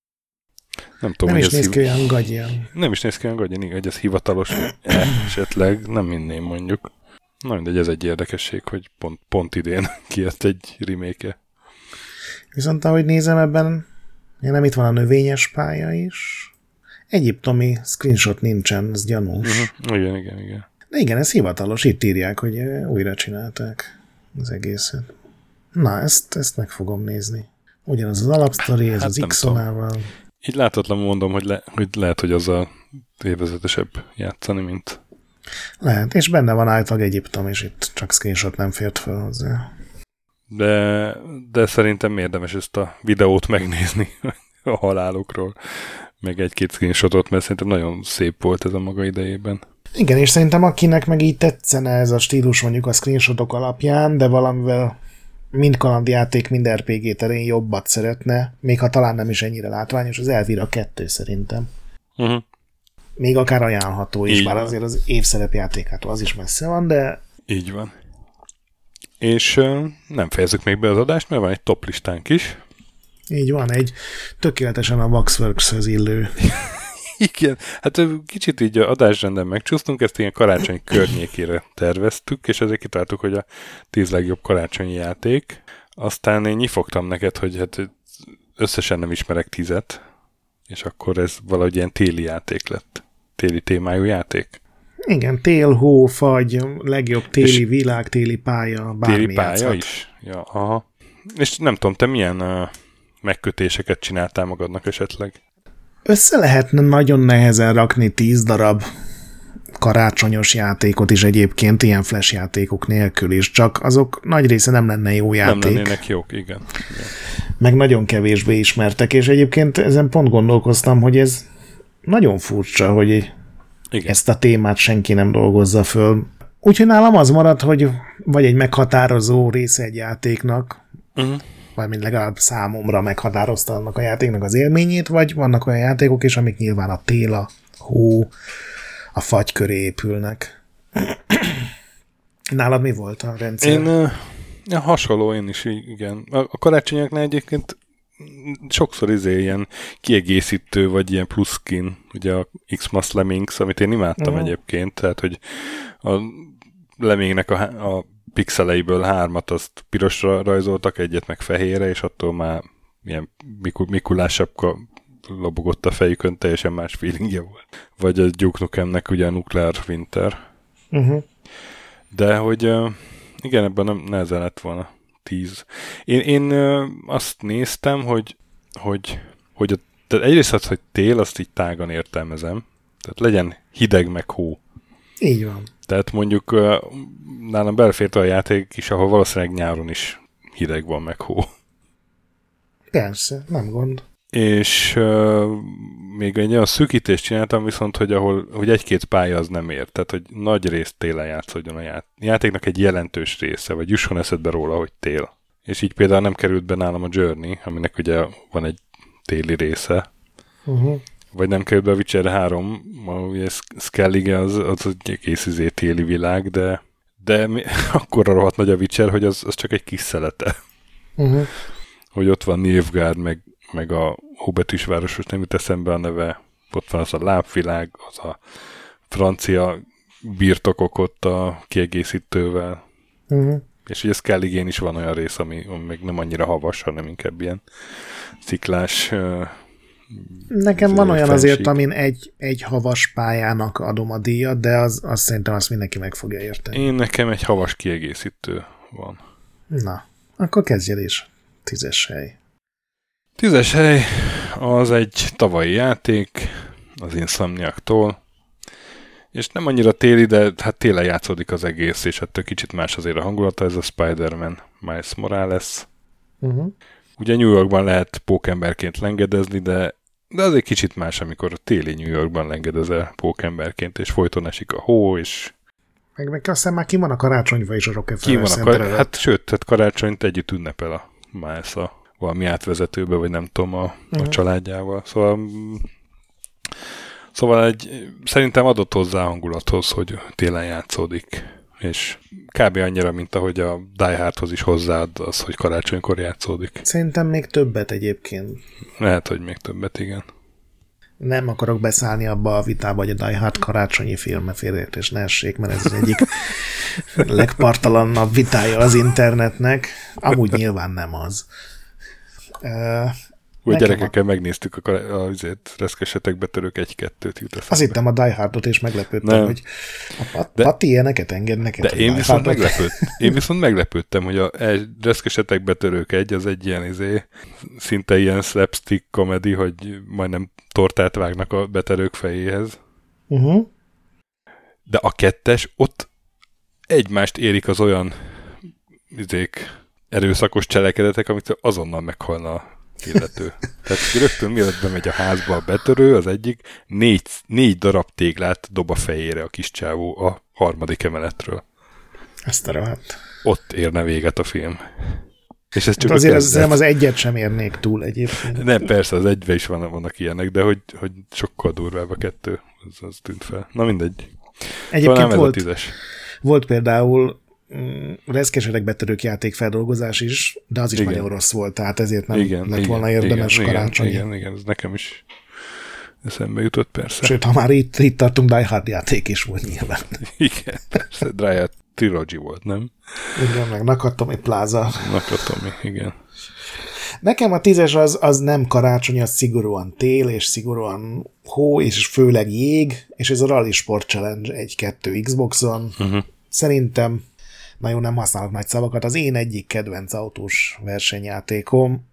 Nem tudom, nem is néz ki olyan gagyan. Nem is néz ki olyan gagyan, hogy ez hivatalos esetleg, nem minném mondjuk. Na mindegy, ez egy érdekesség, hogy pont idén kijött egy remake-e. Viszont ahogy nézem ebben, nem itt van a növényes pálya is. Egyiptomi screenshot nincsen, ez gyanús. Igen. De igen, ez hivatalos, itt írják, hogy újra csinálták az egészet. Na, ezt meg fogom nézni. Ugyanaz az alapsztori, ez az X-onával. Így láthatatlanul mondom, hogy lehet, hogy az a élvezetesebb játszani, mint... Lehet, és benne van általában Egyiptom, és itt csak screenshot nem fért fel hozzá. De szerintem érdemes ezt a videót megnézni a halálokról, meg egy-két screenshotot, mert szerintem nagyon szép volt ez a maga idejében. Igen, és szerintem akinek meg így tetszene ez a stílus mondjuk a screenshotok alapján, de valamivel mind kalandjáték, mind RPG terén jobbat szeretne, még ha talán nem is ennyire látványos, az Elvira 2 szerintem. Még akár ajánlható is, bár azért az évszerepjátékától az is messze van, de... Így van. És nem fejezzük még be az adást, mert van egy top listánk is. Így van, egy tökéletesen a Waxworks-höz illő. Igen, hát kicsit így adásrenden megcsúsztunk, ezt ilyen karácsony környékére terveztük, és ezért kitaláltuk, hogy a 10 legjobb karácsonyi játék. Aztán én nyifogtam neked, hogy hát összesen nem ismerek 10-et, és akkor ez valahogy ilyen téli játék lett. Téli témájú játék. Igen, tél, hó, fagy, legjobb téli világ, téli pálya, bármi téli pálya játszhat. is? Ja, aha. És nem tudom, te milyen megkötéseket csináltál magadnak esetleg? Össze lehetne nagyon nehezen rakni 10 darab karácsonyos játékot is egyébként, ilyen flash játékok nélkül is, csak azok nagy része nem lenne jó játék. Nem lennének jók, igen. Meg nagyon kevésbé ismertek, és egyébként ezen pont gondolkoztam, hogy ez nagyon furcsa, hogy igen. Ezt a témát senki nem dolgozza föl. Úgyhogy nálam az marad, hogy vagy egy meghatározó része egy játéknak, vagy legalább számomra meghatározta annak a játéknak az élményét, vagy vannak olyan játékok is, amik nyilván a tél, a hó, a fagy köré épülnek. Nálad mi volt a rendszer? Hasonló, én is, igen. A karácsonyoknál egyébként sokszor ilyen kiegészítő, vagy ilyen plusz skin, ugye a Xmas Lemmings, amit én imádtam egyébként, tehát, hogy a Lemmingnek a pixeleiből 3-at azt pirosra rajzoltak, egyet meg fehérre, és attól már ilyen Mikulás sapka lobogott a fejükön, teljesen más feelingje volt. Vagy a Duke Nukemnek ugye a Nuclear Winter. De hogy igen, ebben nem nehezen lett volna 10. Én azt néztem, hogy tehát egyrészt az, hogy tél, azt így tágan értelmezem. Tehát legyen hideg meg hó. Így van. Tehát mondjuk nálam belefért a játék is, ahol valószínűleg nyáron is hideg van meg hó. Persze, nem gond. És még egy olyan szűkítést csináltam viszont, hogy egy-két pálya az nem ér. Tehát, hogy nagy részt télen játszódjon a játéknak egy jelentős része, vagy jusson eszedbe róla, hogy tél. És így például nem került be nálam a Journey, aminek ugye van egy téli része. Vagy nem került be a Witcher 3, ugye Skellige az egy egész téli világ, de akkora rohadt nagy a Witcher, hogy az csak egy kis szelete. Hogy ott van Nilfgaard, meg a hóbetűs város, most nem jut eszembe a neve, ott van az a lábvilág, az a francia birtokok ott a kiegészítővel. És ugye Skelligén is van olyan rész, ami még nem annyira havas, hanem inkább ilyen sziklás. Nekem van olyan azért, amin egy havas pályának adom a díjat, de az szerintem azt mindenki meg fogja érteni. Nekem egy havas kiegészítő van. Na, akkor kezdjél is. 10-es hely. 10-es hely az egy tavalyi játék az Insomniac-tól, és nem annyira téli, de hát télen játszódik az egész, és ettől kicsit más azért a hangulata, ez a Spider-Man Miles Morales. Ugye New Yorkban lehet pókemberként lengedezni, de azért kicsit más, amikor a téli New Yorkban lengedezel pókemberként, és folyton esik a hó, és... Meg aztán már ki van a karácsonyfa is a Rockefeller Center előtt. Hát sőt, tehát karácsonyt együtt ünnepel a Miles valami átvezetőbe, vagy nem tudom, a családjával. Szóval szerintem adott hozzá hangulathoz, hogy télen játszódik. És kb. Annyira, mint ahogy a Die Hardhoz is hozzáad az, hogy karácsonykor játszódik. Szerintem még többet egyébként. Lehet, hogy még többet, igen. Nem akarok beszállni abba a vitába, hogy a Die Hard karácsonyi filme, félreértés ne essék, mert ez az egyik legpartalanabb vitája az internetnek. Amúgy nyilván nem az. Úgy gyerekekkel megnéztük azért reszkesetek betörők 1-2-t jut eszembe. Azt hittem a Die Hardot, és meglepődtem, hogy Pati ilyeneket enged neked. De én viszont meglepődtem, hogy a reszkesetek betörők 1 az egy ilyen szinte ilyen slapstick komedi, hogy majdnem tortát vágnak a betörők fejéhez. De a 2-es, ott egymást érik az olyan erőszakos cselekedetek, amit azonnal meghalna a illető. Tehát rögtön mielőtt bemegy a házba a betörő, az egyik 4 darab téglát dob a fejére a kis csávó a 3. emeletről. Ezt a rohadt. Ott érne véget a film. És ez csak azért az egyet sem érnék túl egyébként. Nem, persze, az egyben is vannak ilyenek, de hogy sokkal durvább a 2, az tűnt fel. Na mindegy. Egyébként szóval volt például reszkesetek betörők játékfeldolgozás is, de az is nagyon rossz volt, tehát ezért nem lett volna érdemes karácsonyi. Igen, ez nekem is eszembe jutott, persze. Sőt, ha már itt tartunk, Die Hard játék is volt nyilván. Igen, persze, Die Hard Trilogy volt, nem? Igen, meg Nakatomi Plaza. Nakatomi, igen. Nekem a 10-es az nem karácsony, az szigorúan tél, és szigorúan hó, és főleg jég, és ez a Rally Sport Challenge 1-2 Xboxon. Szerintem, nagyon nem használok nagy szavakat, az én egyik kedvenc autós versenyjátékom,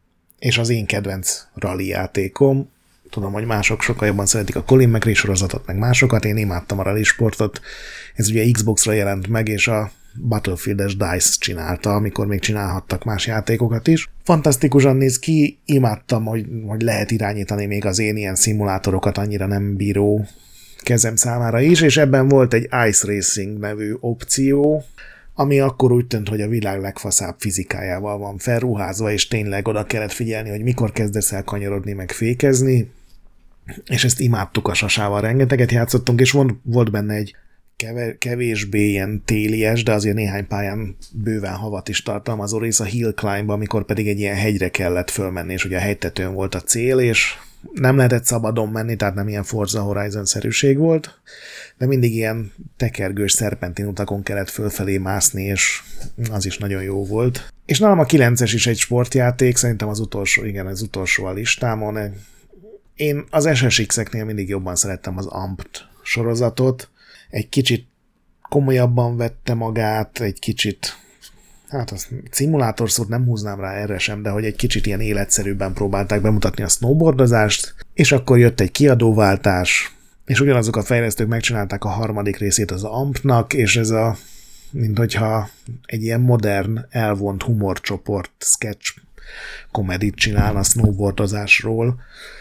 és az én kedvenc rally játékom. Tudom, hogy mások sokkal jobban szeretik a Colin McRae sorozatot, meg másokat, én imádtam a rally sportot. Ez ugye Xbox-ra jelent meg, és a Battlefield-es DICE csinálta, amikor még csinálhattak más játékokat is. Fantasztikusan néz ki, imádtam, hogy lehet irányítani még az én ilyen szimulátorokat annyira nem bíró kezem számára is, és ebben volt egy Ice Racing nevű opció, ami akkor úgy tűnt, hogy a világ legfaszább fizikájával van felruházva, és tényleg oda kellett figyelni, hogy mikor kezdesz el kanyarodni, meg fékezni, és ezt imádtuk a sasával, rengeteget játszottunk, és volt benne egy kevésbé ilyen télies, de azért néhány pályán bőven havat is tartalmazó rész, a Hill Climb, amikor pedig egy ilyen hegyre kellett fölmenni, és ugye a hegytetőn volt a cél, és nem lehetett szabadon menni, tehát nem ilyen Forza Horizon-szerűség volt, de mindig ilyen tekergős szerpentin utakon kellett fölfelé mászni, és az is nagyon jó volt. És nálam a 9-es is egy sportjáték, szerintem az utolsó a listámon. Én az SSX-eknél mindig jobban szerettem az AMPT sorozatot, egy kicsit komolyabban vette magát, egy kicsit, hát a szimulátorszót nem húznám rá erre sem, de hogy egy kicsit ilyen életszerűbben próbálták bemutatni a snowboardozást, és akkor jött egy kiadóváltás, és ugyanazok a fejlesztők megcsinálták a harmadik részét az AMP-nak, és ez mint hogyha egy ilyen modern, elvont humorcsoport, sketch komedit csinál a snowboardozásról.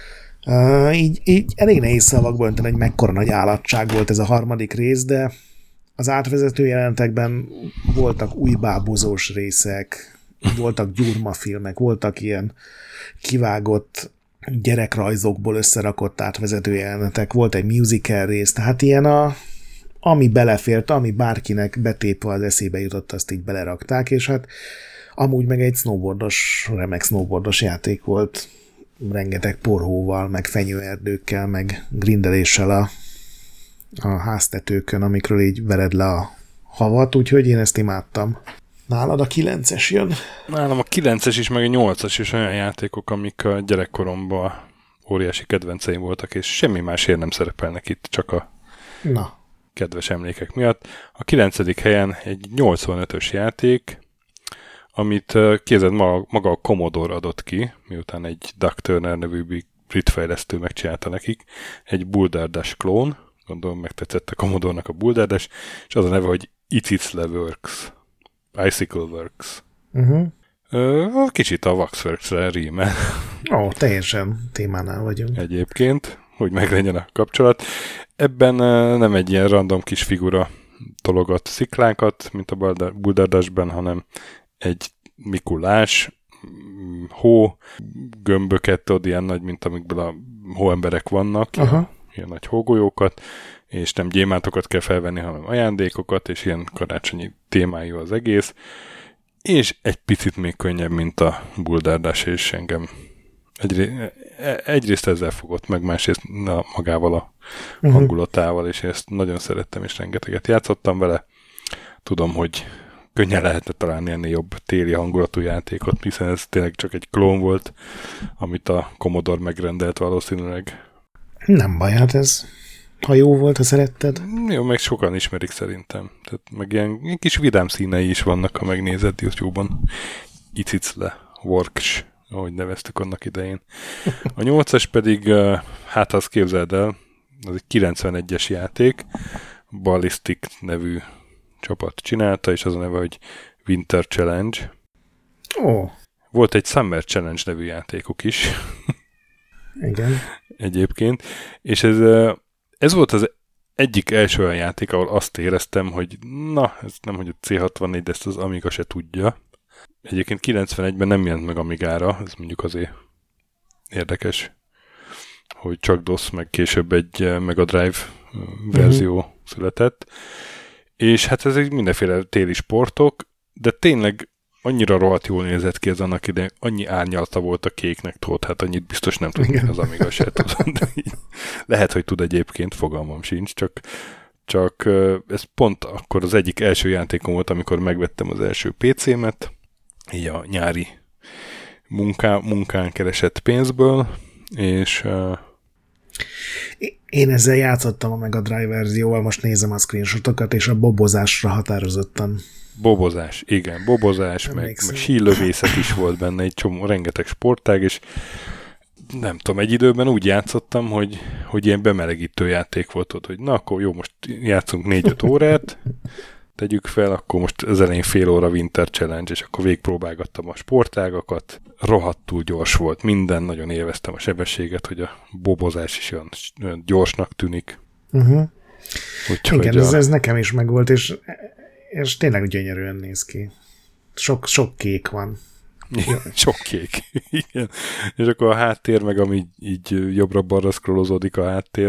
Így elég nehéz szavakba önteni, hogy mekkora nagy állatság volt ez a harmadik rész, de az átvezető jelenetekben voltak újbábúzós részek, voltak gyurmafilmek, voltak ilyen kivágott gyerekrajzokból összerakott átvezető jelenetek, volt egy musical rész, tehát ilyen ami belefért, ami bárkinek betépve az eszébe jutott, azt így belerakták, és hát amúgy meg egy remek snowboardos játék volt, rengeteg porhóval, meg fenyőerdőkkel, meg grindeléssel a háztetőkön, amikről így vered le a havat, úgyhogy én ezt imádtam. Nálad a 9-es jön? Nálam a 9-es is, meg a 8-as is olyan játékok, amik a gyerekkoromban óriási kedvenceim voltak, és semmi másért nem szerepelnek itt, csak a kedves emlékek miatt. A 9. helyen egy 85-ös játék, amit képzeld maga a Commodore adott ki, miután egy Doug Turner nevű brit fejlesztő megcsinálta nekik, egy Boulder Dash klón, gondolom megtetszett a Commodore-nak a Boulder Dash, és az a neve, hogy Icicle Works. Icicle Works. Kicsit a Waxworks-re rímel. Teljesen témánál vagyunk. Egyébként, hogy meglegyen a kapcsolat. Ebben nem egy ilyen random kis figura tologat sziklákat, mint a Boulder Dash-ben, hanem egy Mikulás, hó, gömböket, tudod, ilyen nagy, mint amikből a hóemberek vannak, ilyen nagy hógolyókat, és nem gyémántokat kell felvenni, hanem ajándékokat, és ilyen karácsonyi témájú az egész, és egy picit még könnyebb, mint a Boulder Dash, és engem egyrészt ezzel fogott meg, másrészt magával a hangulatával, és ezt nagyon szerettem, és rengeteget játszottam vele. Tudom, hogy könnyen lehetne találni ennél jobb téli hangulatú játékot, hiszen ez tényleg csak egy klón volt, amit a Commodore megrendelt valószínűleg. Nem baj, hát ez, ha jó volt, ha szeretted. Jó, meg sokan ismerik szerintem. Tehát meg ilyen kis vidám színei is vannak, ha megnézed YouTube-on. Icicle Works, ahogy neveztük annak idején. A 8-as pedig, hát azt képzeld el, az egy 91-es játék, Ballistic nevű csapat csinálta, és az a neve, hogy Winter Challenge. Volt egy Summer Challenge nevű játékuk is. Igen. Egyébként. És ez volt az egyik első olyan játék, ahol azt éreztem, hogy ez nem, hogy a C64, de ezt az Amiga se tudja. Egyébként 91-ben nem jelent meg Amigára, ez mondjuk azért érdekes, hogy csak DOS, meg később egy Mega Drive verzió született. És hát ez egy mindenféle téli sportok, de tényleg annyira rohadt jól nézett ki ez annak idején, annyi árnyalata volt a kéknek, hát annyit biztos nem tud az Amiga se tud. Lehet, hogy tud egyébként, fogalmam sincs, csak ez pont akkor az egyik első játékom volt, amikor megvettem az első PC-met, így a nyári munkán keresett pénzből, és Én ezzel játszottam a Mega Drive verzióval, most nézem a screenshotokat, és a bobozásra határozottan. Bobozás, igen, bobozás, meg sílövészet is volt benne, egy csomó, rengeteg sportág, és nem tudom, egy időben úgy játszottam, hogy ilyen bemelegítő játék volt ott, hogy na akkor jó, most játszunk 4-5 órát, tegyük fel, akkor most az elején fél óra Winter Challenge, és akkor végigpróbálgattam a sportágakat, rohadtul gyors volt, minden, nagyon élveztem a sebességet, hogy a bobozás is olyan gyorsnak tűnik. Úgyhogy igen, ez nekem is megvolt, és tényleg gyönyörűen néz ki. Sok kék van. Sok kék, igen. És akkor a háttér, meg ami így jobbra-balra scrollozódik a háttér,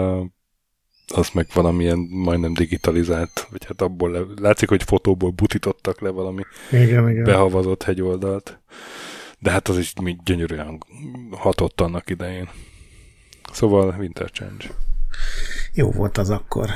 az meg valamilyen majdnem digitalizált, vagy hát abból látszik, hogy fotóból butítottak le valami igen. Behavazott hegyoldalt. De hát az is gyönyörűen hatott annak idején. Szóval Winter Challenge. Jó volt az akkor.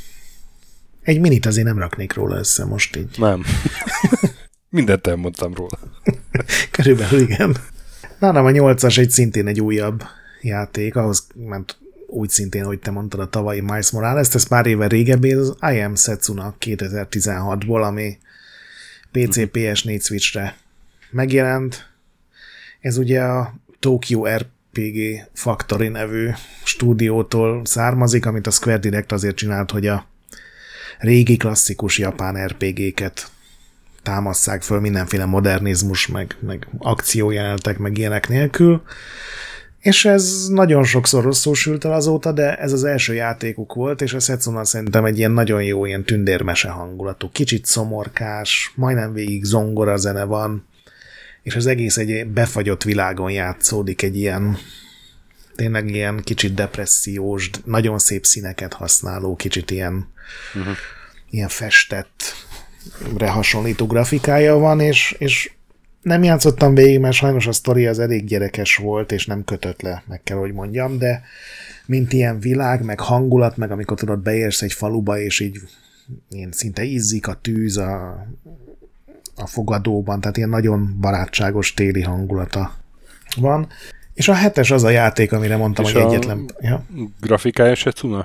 Egy minit azért nem raknék róla össze most így. Nem. Mindent elmondtam róla. Körülbelül igen. Nálam a 8-as szintén egy újabb játék, ahhoz ment úgy szintén, hogy te mondtad a tavalyi Miles Morales, ez pár éve régebbi, az I Am Setsuna 2016-ból, ami PC, PS4 Switchre megjelent. Ez ugye a Tokyo RPG Factory nevű stúdiótól származik, amit a Square Direct azért csinált, hogy a régi klasszikus japán RPG-ket támasszák föl mindenféle modernizmus, meg akciójelenetek, meg ilyenek nélkül. És ez nagyon sokszor rosszul sült el azóta, de ez az első játékuk volt, és a Setsuna szerintem egy ilyen nagyon jó, ilyen tündérmese hangulatú, kicsit szomorkás, majdnem végig zongora zene van, és az egész egy befagyott világon játszódik, egy ilyen, tényleg ilyen kicsit depressziós, nagyon szép színeket használó, kicsit ilyen, ilyen festettre hasonlító grafikája van, és nem játszottam végig, mert sajnos a sztori az elég gyerekes volt, és nem kötött le, meg kell, hogy mondjam, de mint ilyen világ, meg hangulat, meg amikor tudod, beérsz egy faluba, és így ilyen szinte izzik a tűz a fogadóban, tehát ilyen nagyon barátságos téli hangulata van. És a 7-es az a játék, amire mondtam, és hogy egyetlen... Ja. Grafikája Setsuna?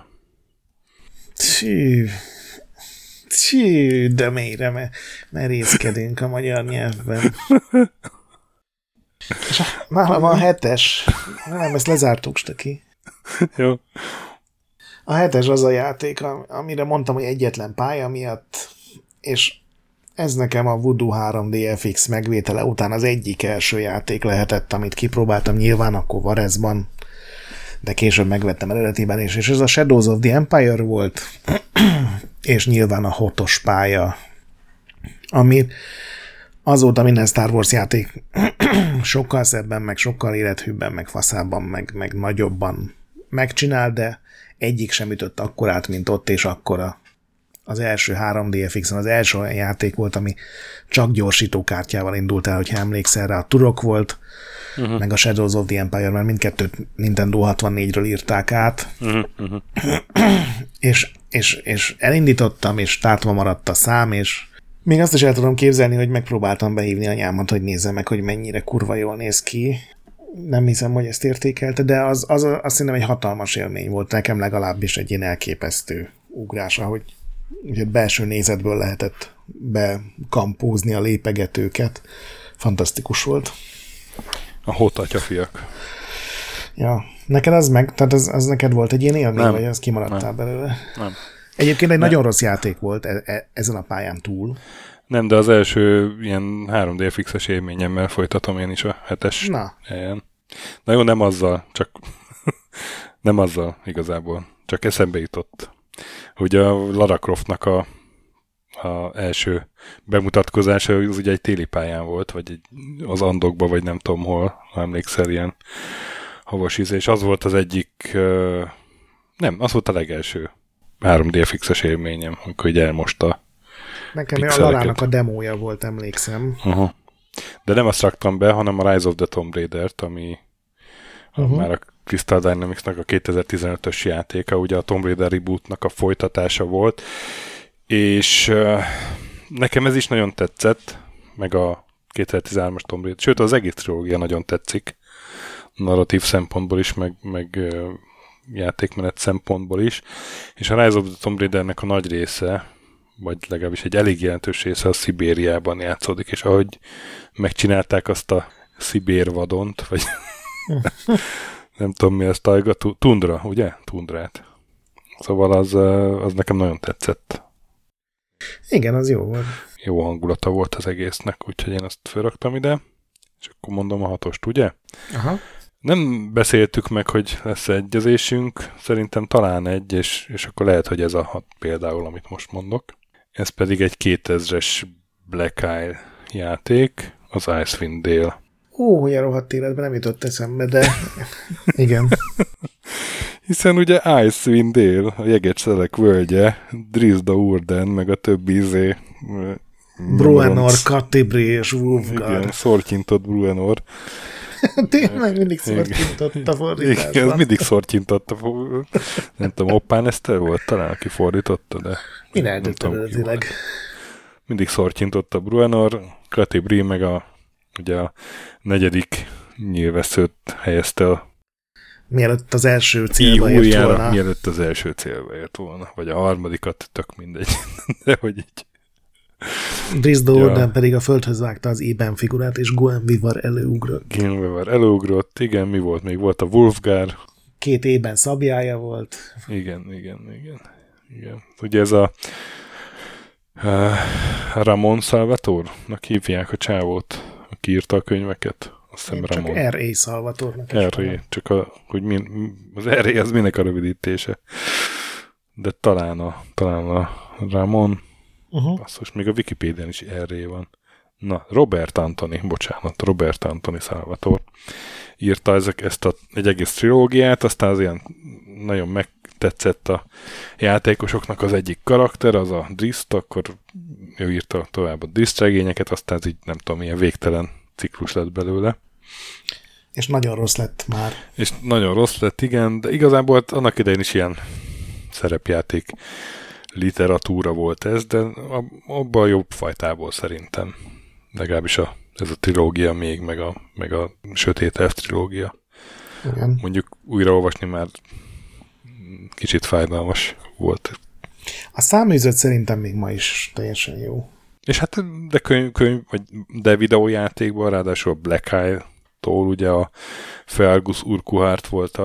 De mélyre merészkedünk a magyar nyelvben. És nálam a 7-es, nem, ezt lezártuk, Stöki. Jó. A 7-es az a játék, amire mondtam, hogy egyetlen pálya miatt, és ez nekem a Voodoo 3D FX megvétele után az egyik első játék lehetett, amit kipróbáltam nyilván akkor Varezban, de később megvettem eredetiben is, és ez a Shadows of the Empire volt, és nyilván a hotos pálya, ami azóta minden Star Wars játék sokkal szebben, meg sokkal élethűbben, meg faszában, meg nagyobban megcsinál, de egyik sem ütött akkorát, mint ott és akkora. Az első 3D FX-en az első olyan játék volt, ami csak gyorsítókártyával indult el, hogyha emlékszel rá, a Turok volt, meg a Shadows of the Empire, mert mindkettőt Nintendo 64-ről írták át, és elindítottam, és tátva maradt a szám, és még azt is el tudom képzelni, hogy megpróbáltam behívni anyámat, hogy nézze meg, hogy mennyire kurva jól néz ki. Nem hiszem, hogy ezt értékelte, de az szerintem egy hatalmas élmény volt, nekem legalábbis egy ilyen elképesztő ugrás, ahogy ugye belső nézetből lehetett bekampózni a lépegetőket. Fantasztikus volt. A hot atyafiak. Ja, neked az meg, tehát az neked volt egy ilyen élmény, vagy az kimaradtál belőle? Nem. Egyébként egy nagyon rossz játék volt ezen a pályán túl. Nem, de az első ilyen 3D FX-es élményemmel folytatom én is a 7-es helyen. Na jó, nem azzal, csak nem azzal igazából, csak eszembe jutott. Ugye a Lara Croftnak a első bemutatkozása az ugye egy téli pályán volt, vagy az Andokba, vagy nem tudom hol, ha emlékszel, ilyen havas íze, és az volt az egyik, nem, az volt a legelső 3D FX-es élményem, amikor így elmosta nekem a Larának a demója volt, emlékszem. De nem azt raktam be, hanem a Rise of the Tomb Raider-t, ami már a Crystal Dynamics-nak a 2015-ös játéka, ugye a Tomb Raider rebootnak a folytatása volt, és nekem ez is nagyon tetszett, meg a 2013-as Tomb Raider, sőt az egész trilógia nagyon tetszik, narratív szempontból is, meg játékmenet szempontból is, és a Rise of the Tomb Raidernek a nagy része, vagy legalábbis egy elég jelentős része a Szibériában játszódik, és ahogy megcsinálták azt a szibérvadont, vagy nem tudom mi az tajga, tundra, ugye? Tundrát. Szóval az nekem nagyon tetszett. Igen, az jó volt. Jó hangulata volt az egésznek, úgyhogy én azt felraktam ide, és akkor mondom a 6-ost, ugye? Aha. Nem beszéltük meg, hogy lesz egyezésünk, szerintem talán egy, és akkor lehet, hogy ez a 6 például, amit most mondok. Ez pedig egy 2000-es Black Isle játék, az Icewind Dale. Hogy a rohadt életben nem jutott eszembe, de igen. Hiszen ugye Icewind Dale, a Jegetszelek völgye, Drizzt Do'Urden, meg a többi Bruenor, Catti-brie és Wolfgar. Igen, szortyintott Bruenor. Tényleg mindig szortyintott a fordításban. Igen, ez mindig szortyintott. Nem tudom, Oppán Eszter volt talán, aki fordította, de... Én eldöntöm eredetileg. Mindig szortyintott a Bruenor, Catti-brie meg ugye a 4. nyilvesszőt helyezte a mielőtt az első célba ért volna. Mielőtt az első célba ért volna. Vagy a 3, tök mindegy. De hogy így. Drizzt Do'Urden pedig a földhöz vágta az ében figurát, és Gwenvivar előugrott. Gwenvivar előugrott, igen, mi volt még? Volt a Wolfgar. 2 ében szabjája volt. Igen. Ugye ez a Ramon Salvatornak hívják a csávót, aki írta a könyveket. Azt hiszem Ramon. Csak R.A. Salvatornak. R.A. Csak az R.A. az minek a rövidítése. De talán a Ramon. Basszus, még a Wikipédián is R.A. van. Na, Robert Anthony Salvator írta ezt egy egész trilógiát, aztán az ilyen nagyon megtetszett a játékosoknak az egyik karakter, az a Drizzt, akkor ő írta tovább a Drizzt regényeket, aztán ez így nem tudom, ilyen végtelen ciklus lett belőle. És nagyon rossz lett már. És nagyon rossz lett, igen, de igazából annak idején is ilyen szerepjáték literatúra volt ez, de abban a jobb fajtából szerintem. Legalábbis ez a trilógia még, meg a Sötét Elf trilógia. Igen. Mondjuk újraolvasni már kicsit fájdalmas volt. A száműzött szerintem még ma is teljesen jó. És hát de könyv de videójátékban, ráadásul a Black Isle-tól ugye a Fergus Urquhart volt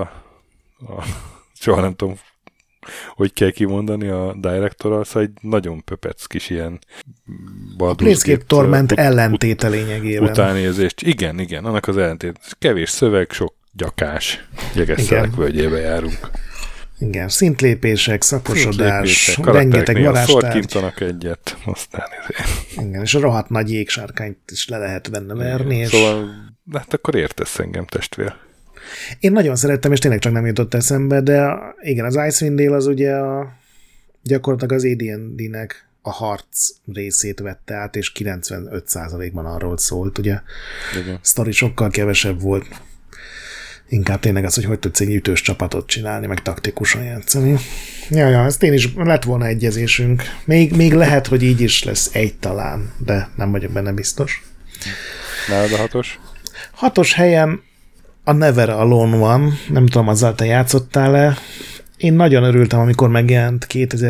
soha nem tudom, hogy kell kimondani a directorral, szóval egy nagyon pöpec kis ilyen Planescape Torment ellentéte lényegében. Utánérzést. Igen, annak az ellentét. Kevés szöveg, sok gyakás. Jegeszelek völgyébe járunk. Igen, szintlépések, szaposodás, rengeteg varázstárgy. Szorkintanak egyet, aztán igen, és a rohadt nagy jégsárkányt is le lehet benne verni. És... Szóval, hát akkor értesz engem, testvér. Én nagyon szerettem, és tényleg csak nem jutott eszembe, de igen, az Icewind Dale az ugye gyakorlatilag az AD&D-nek a harc részét vette át, és 95%-ban arról szólt, ugye. Igen. Sztori sokkal kevesebb volt. Inkább tényleg az, hogy tudsz egy ütős csapatot csinálni, meg taktikusan játszani. Ja, ezt én is lett volna egyezésünk. Még lehet, hogy így is lesz egy talán, de nem vagyok benne biztos. Nálad a 6-os? 6-os helyen a Never Alone van. Nem tudom, azzal te játszottál-e. Én nagyon örültem, amikor megjelent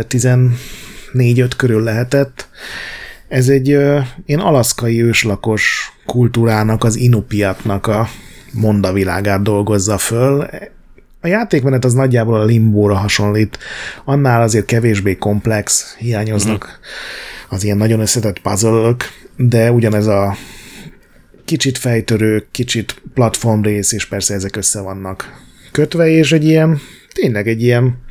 2014-5 körül lehetett. Ez egy ilyen alaszkai őslakos kultúrának, az Inupiatnak a mondavilágát dolgozza föl. A játékmenet az nagyjából a Limbóra hasonlít, annál azért kevésbé komplex, hiányoznak az ilyen nagyon összetett puzzle-ök, de ugyanez a kicsit fejtörő, kicsit platformrész, és persze ezek össze vannak kötve, és egy ilyen, tényleg egy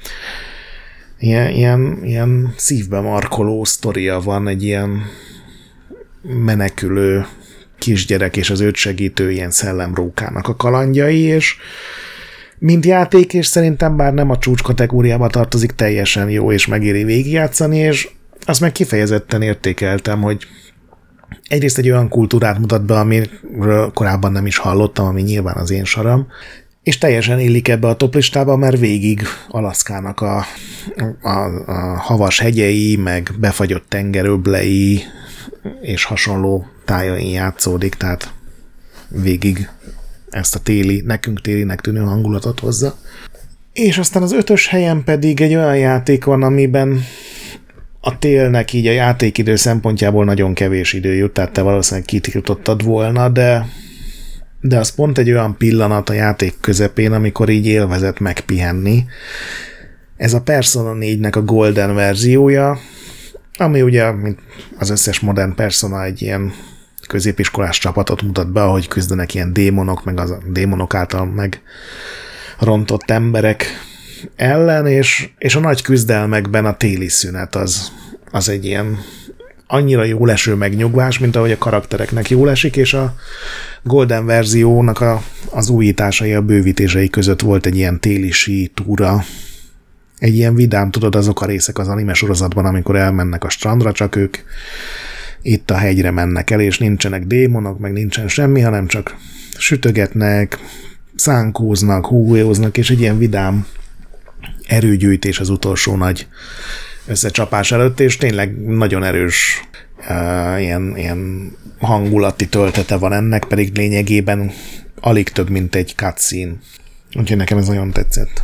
ilyen szívbe markoló sztoria van, egy ilyen menekülő kisgyerek és az őt segítő ilyen szellemrókának a kalandjai, és mint játék, és szerintem bár nem a csúcs kategóriába tartozik, teljesen jó, és megéri végigjátszani, és azt meg kifejezetten értékeltem, hogy egyrészt egy olyan kultúrát mutat be, amiről korábban nem is hallottam, ami nyilván az én saram, és teljesen illik ebbe a toplistába, mert végig Alaszkának a havas hegyei, meg befagyott tengeröblei és hasonló tájain játszódik, tehát végig ezt a nekünk télinek tűnő hangulatot hozza. És aztán az 5. helyen pedig egy olyan játék van, amiben a télnek így a játékidő szempontjából nagyon kevés idő jut, tehát te valószínűleg kitiltottad volna, de az pont egy olyan pillanat a játék közepén, amikor így élvezett megpihenni. Ez a Persona 4-nek a Golden verziója, ami ugye, mint az összes modern Persona, egy ilyen középiskolás csapatot mutat be, ahogy küzdenek ilyen démonok, meg az démonok által meg rontott emberek ellen, és a nagy küzdelmekben a téli szünet az egy ilyen annyira jól eső megnyugvás, mint ahogy a karaktereknek jól esik, és a Golden verziónak az újításai, a bővítései között volt egy ilyen téli sí túra. Egy ilyen vidám, tudod, azok a részek az anime sorozatban, amikor elmennek a strandra, csak ők itt a hegyre mennek el, és nincsenek démonok, meg nincsen semmi, hanem csak sütögetnek, szánkóznak, hújóznak, és egy ilyen vidám erőgyűjtés az utolsó nagy összecsapás előtt, és tényleg nagyon erős ilyen hangulati töltete van ennek, pedig lényegében alig több, mint egy cutscene. Úgyhogy nekem ez nagyon tetszett.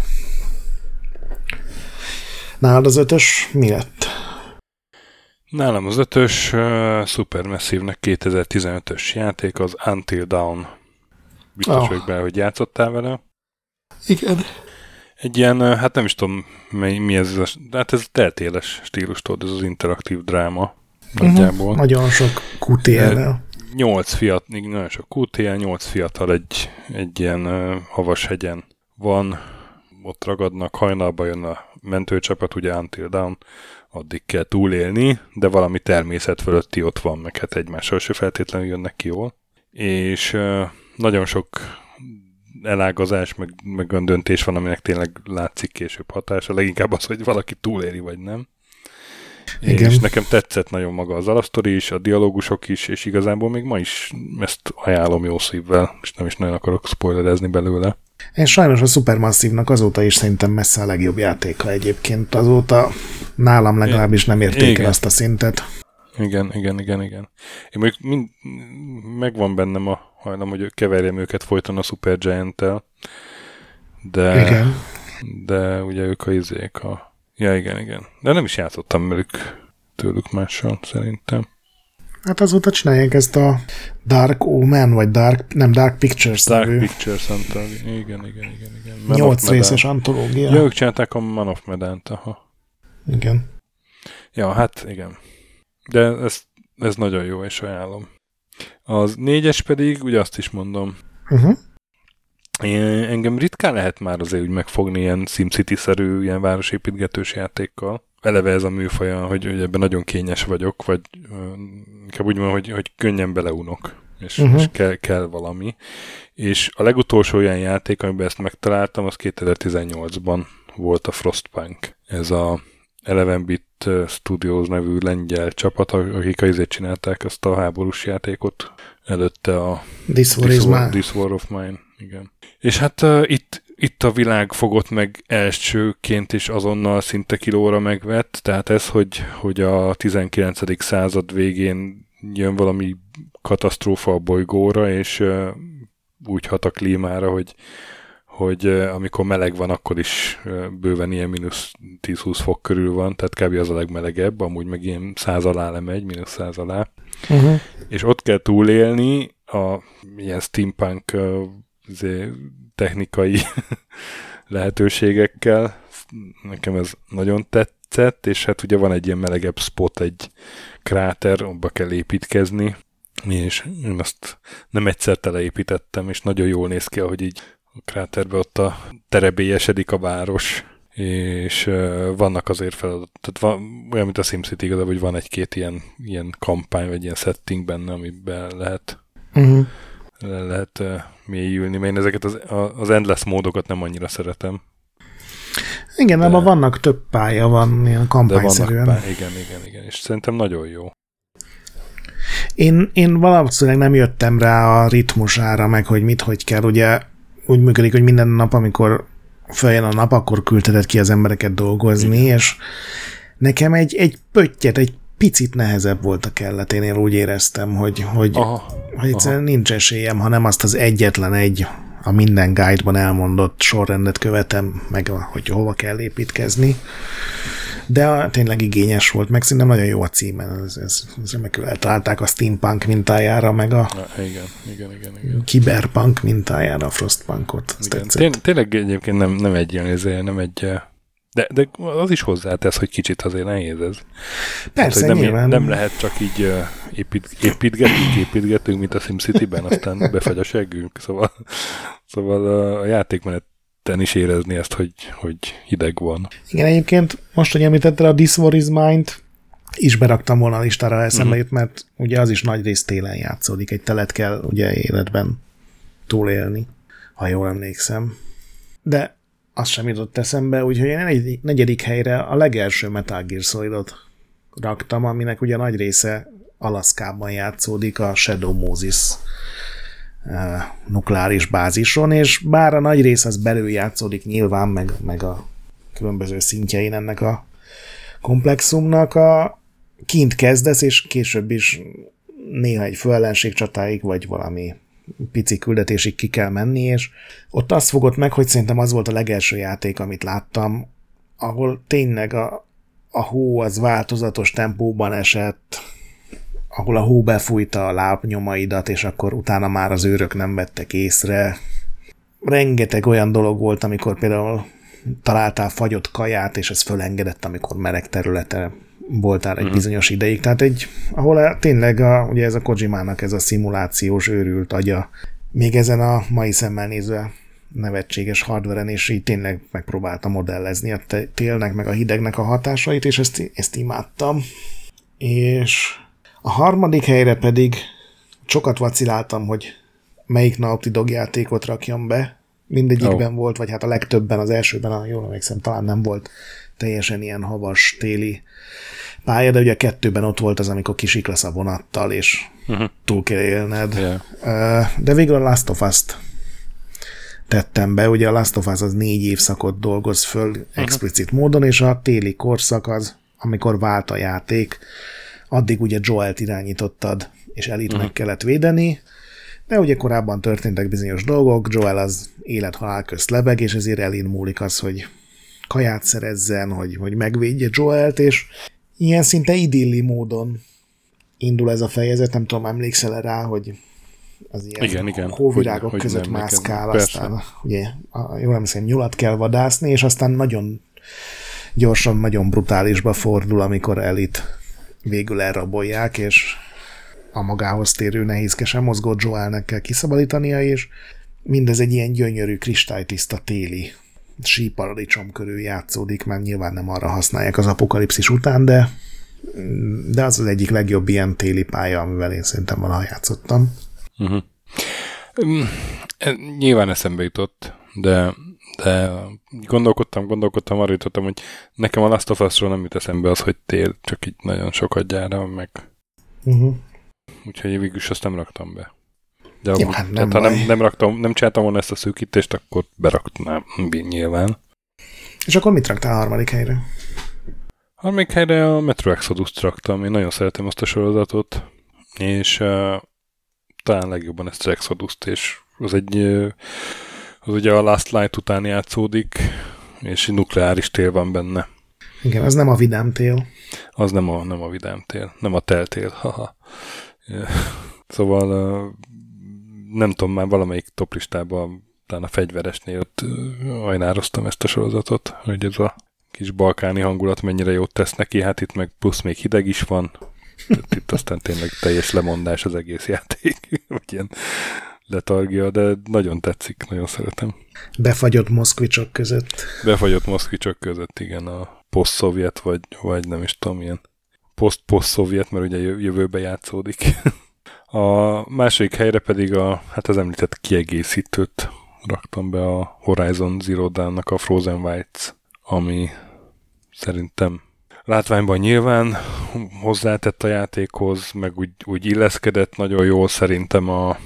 Nálad az 5. mi lett? Nálam az 5. Supermassive-nek 2015-ös játék, az Until Dawn. Biztos vagyok be, hogy játszottál vele. Igen. Egy ilyen, hát nem is tudom, mi ez, hát ez teltéles stílus, tudod, ez az interaktív dráma nagyjából. Nagyon sok QTL-vel. 8 nagyon sok QTL, 8 fiatal egy ilyen havashegyen van, ott ragadnak, hajnalba jön a mentőcsapat, ugye Until Dawn, addig kell túlélni, de valami természet fölötti ott van, meg hát egymással se feltétlenül jönnek ki jól. És nagyon sok elágazás, meg olyan döntés van, aminek tényleg látszik később hatása. Leginkább az, hogy valaki túléli, vagy nem. Igen. És nekem tetszett nagyon maga az alapsztori is, a dialógusok is, és igazából még ma is ezt ajánlom jó szívvel, és nem is nagyon akarok spoilerezni belőle. És sajnos a Supermassive-nak azóta is szerintem messze a legjobb játéka egyébként. Azóta nálam legalábbis nem érték el azt a szintet. Igen. Én mondjuk megvan bennem a hajlam, hogy keverjem őket folyton a Supergiant-tel, de ugye ők a izék a... Ja, igen. De nem is játszottam tőlük mással, szerintem. Hát azóta csinálják ezt a Dark Omen, vagy Dark Pictures. Dark Pictures antológia. Igen. 8 részes antológia. Ja, ők csinálták a Man of Medan-t, aha. Igen. Ja, hát igen. De ez nagyon jó, és ajánlom. Az 4-es pedig, ugye azt is mondom. Engem ritkán lehet már azért úgy megfogni ilyen SimCity-szerű, ilyen városépítgetős játékkal. Eleve ez a műfaja, hogy ebben nagyon kényes vagyok, vagy inkább úgy mondom, hogy könnyen beleunok, és kell valami. És a legutolsó olyan játék, amiben ezt megtaláltam, az 2018-ban volt a Frostpunk. Ez a 11-bit Studios nevű lengyel csapat, akik azért csinálták ezt a háborús játékot. Előtte a This War of Mine. Igen. És hát itt a világ fogott meg elsőként, és azonnal szinte kilóra megvett. Tehát ez, hogy a 19. század végén jön valami katasztrófa a bolygóra, és úgy hat a klímára, hogy amikor meleg van, akkor is bőven ilyen mínusz 10-20 fok körül van, tehát kb. Az a legmelegebb, amúgy meg ilyen 100 alá lemegy, mínusz 100 alá. És ott kell túlélni a ilyen steampunk technikai lehetőségekkel. Nekem ez nagyon tetszett, és hát ugye van egy ilyen melegebb spot, egy kráter, abba kell építkezni, és én azt nem egyszer teleépítettem, és nagyon jól néz ki, ahogy így a kráterbe ott terebélyesedik a város, és vannak azért feladat. Tehát olyan, mint a SimCity igazából, hogy van egy-két ilyen kampány, vagy ilyen setting benne, amiben lehet mélyülni, mert én ezeket az endless módokat nem annyira szeretem. Igen, abban vannak több pálya, van ilyen kampányszerűen. Igen, és szerintem nagyon jó. Én valószínűleg nem jöttem rá a ritmusára, meg hogy kell, ugye úgy működik, hogy minden nap, amikor följön a nap, akkor küldheted ki az embereket dolgozni, és nekem egy pöttyet, egy picit nehezebb volt a kelleténél, úgy éreztem, hogy egyszerűen nincs esélyem, ha nem azt az egyetlen egy a minden guide-ban elmondott sorrendet követem, meg hogy hova kell építkezni. De tényleg igényes volt, meg szerintem nagyon jó a címen. Ez remekül eltalálták a steampunk mintájára, meg a igen. Cyberpunk mintájára a Frostpunkot. Tényleg egyébként nem egy ilyen, nem egy... De az is hozzátesz, hogy kicsit azért nehéz ez. Persze, tehát, nyilván. Nem lehet csak így építgetünk, mint a SimCity-ben, aztán befagy a seggünk. Szóval a játékmeneten is érezni ezt, hogy hideg van. Igen, egyébként most, hogy említetted a This War is Mine-t, is beraktam volna a listára, eszembe jut, mert ugye az is nagy rész télen játszódik. Egy telet kell ugye életben túlélni, ha jól emlékszem. De az sem jutott eszembe, úgyhogy én egy 4. helyre a legelső Metal Gear Solidot raktam, aminek ugye nagy része Alaszkában játszódik, a Shadow Moses nukleáris bázison, és bár a nagy rész az belül játszódik nyilván, meg a különböző szintjein ennek a komplexumnak, kint kezdesz, és később is néha egy főellenség csatáig, vagy valami pici küldetésig ki kell menni, és ott azt fogott meg, hogy szerintem az volt a legelső játék, amit láttam, ahol tényleg a hó az változatos tempóban esett, ahol a hó befújta a lábnyomaidat, és akkor utána már az őrök nem vettek észre. Rengeteg olyan dolog volt, amikor például találtál fagyott kaját, és ez fölengedett, amikor meleg területen voltál egy bizonyos ideig. Tehát ahol tényleg ugye ez a Kojimának ez a szimulációs őrült agya, még ezen a mai szemmel nézve nevetséges hardveren, és így tényleg megpróbáltam modellezni a télnek, meg a hidegnek a hatásait, és ezt imádtam. És a 3. helyre pedig sokat vaciláltam, hogy melyik Naughty Dog játékot rakjam be. Mindegyikben volt, vagy hát a legtöbben, az elsőben, jól emlékszem, talán nem volt teljesen ilyen havas, téli pálya, de ugye a 2-ben ott volt az, amikor kisiklasz a vonattal, és túl kell élned. Yeah. De végül a Last of Us-t tettem be, ugye a Last of Us az 4 évszakot dolgoz föl explicit módon, és a téli korszak az, amikor vált a játék, addig ugye Joelt irányítottad, és Ellie-t meg kellett védeni, de ugye korábban történtek bizonyos dolgok, Joel az élet-halál közt lebeg, és ezért Ellie-n múlik az, hogy kaját szerezzen, hogy megvédje Joelt, és ilyen szinte idilli módon indul ez a fejezet, nem tudom, emlékszel rá, hogy az ilyen igen. hóvirágok hogy között mászkál, aztán ugye, jól emlékszem, nyulat kell vadászni, és aztán nagyon gyorsan, nagyon brutálisba fordul, amikor Ellie-t végül elrabolják, és a magához térő, nehézkesen mozgó Joelnek kell kiszabadítania, és mindez egy ilyen gyönyörű, kristálytiszta téli síparadicsom körül játszódik, mert nyilván nem arra használják az apokalipszis után, de az egyik legjobb ilyen téli pálya, amivel én szerintem valaha játszottam. Nyilván eszembe jutott, de gondolkodtam, arra jutottam, hogy nekem a Last of Us-ról nem jut eszembe az, hogy tél, csak így nagyon sokat gyára, meg úgyhogy végül is azt nem raktam be. De jó, nem csináltam volna ezt a szűkítést, akkor beraktam nyilván. És akkor mit raktál a 3. helyre? 3. helyre a Metro Exodus-t raktam. Én nagyon szeretem azt a sorozatot, és talán legjobban ezt az Exodus-t, és az ugye a Last Light után játszódik, és nukleáris tél van benne. Igen, az nem a vidám tél. Az nem a vidám tél, nem a teltél. Szóval nem tudom, már valamelyik toplistában, talán a fegyveresnél ott ajnároztam ezt a sorozatot, hogy ez a kis balkáni hangulat mennyire jót tesz neki, hát itt meg plusz még hideg is van, itt aztán tényleg teljes lemondás az egész játék, vagy ilyen letargia, de nagyon tetszik, nagyon szeretem. Befagyott moszkvicsok között, igen, a poszt-szovjet, vagy nem is tudom, ilyen poszt-szovjet, mert ugye jövőbe játszódik. A második helyre pedig az említett kiegészítőt raktam be, a Horizon Zero Dawn-nak a Frozen Wilds, ami szerintem látványban nyilván hozzátett a játékhoz, meg úgy illeszkedett nagyon jól szerintem a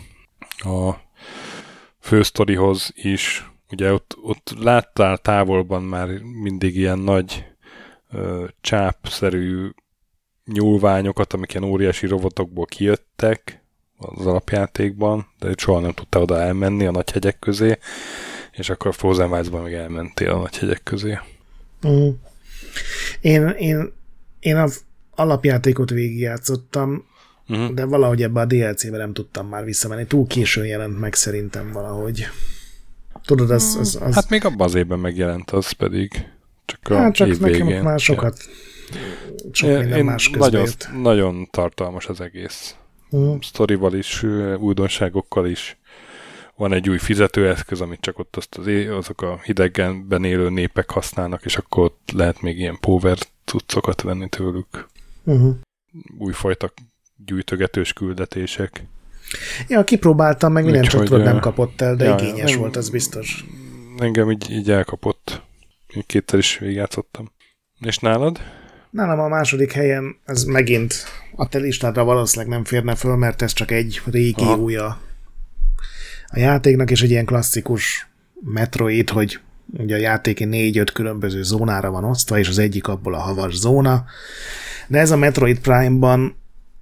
fősztorihoz is. Ugye ott láttál távolban már mindig ilyen nagy csápszerű nyúlványokat, amik ilyen óriási robotokból kijöttek, az alapjátékban, de soha nem tudtál oda elmenni a nagy hegyek közé, és akkor a Frozen Wilds-ban meg elmentél a nagy hegyek közé. Én az alapjátékot végigjátszottam, de valahogy ebbe a DLC-be nem tudtam már visszamenni. Túl későn jelent meg szerintem valahogy. Tudod, az... Hát még abban az évben megjelent, az pedig csak a csak év nekem végén. már sok minden más közbért. Nagyon tartalmas az egész. Sztorival is, újdonságokkal is. Van egy új fizetőeszköz, amit csak ott azok a hidegben élő népek használnak, és akkor ott lehet még ilyen power cuccokat venni tőlük. Újfajta gyűjtögetős küldetések. Ja, kipróbáltam, meg minden csatornát nem kapott el, de igényes volt, az biztos. Engem így elkapott. Kétszer is végigjátszottam. És nálad? Nálam a második helyen, ez megint a te listádra valószínűleg nem férne föl, mert ez csak egy régiója a játéknak, és egy ilyen klasszikus Metroid, hogy ugye a játék 4-5 különböző zónára van osztva, és az egyik abból a havas zóna. De ez a Metroid Prime-ban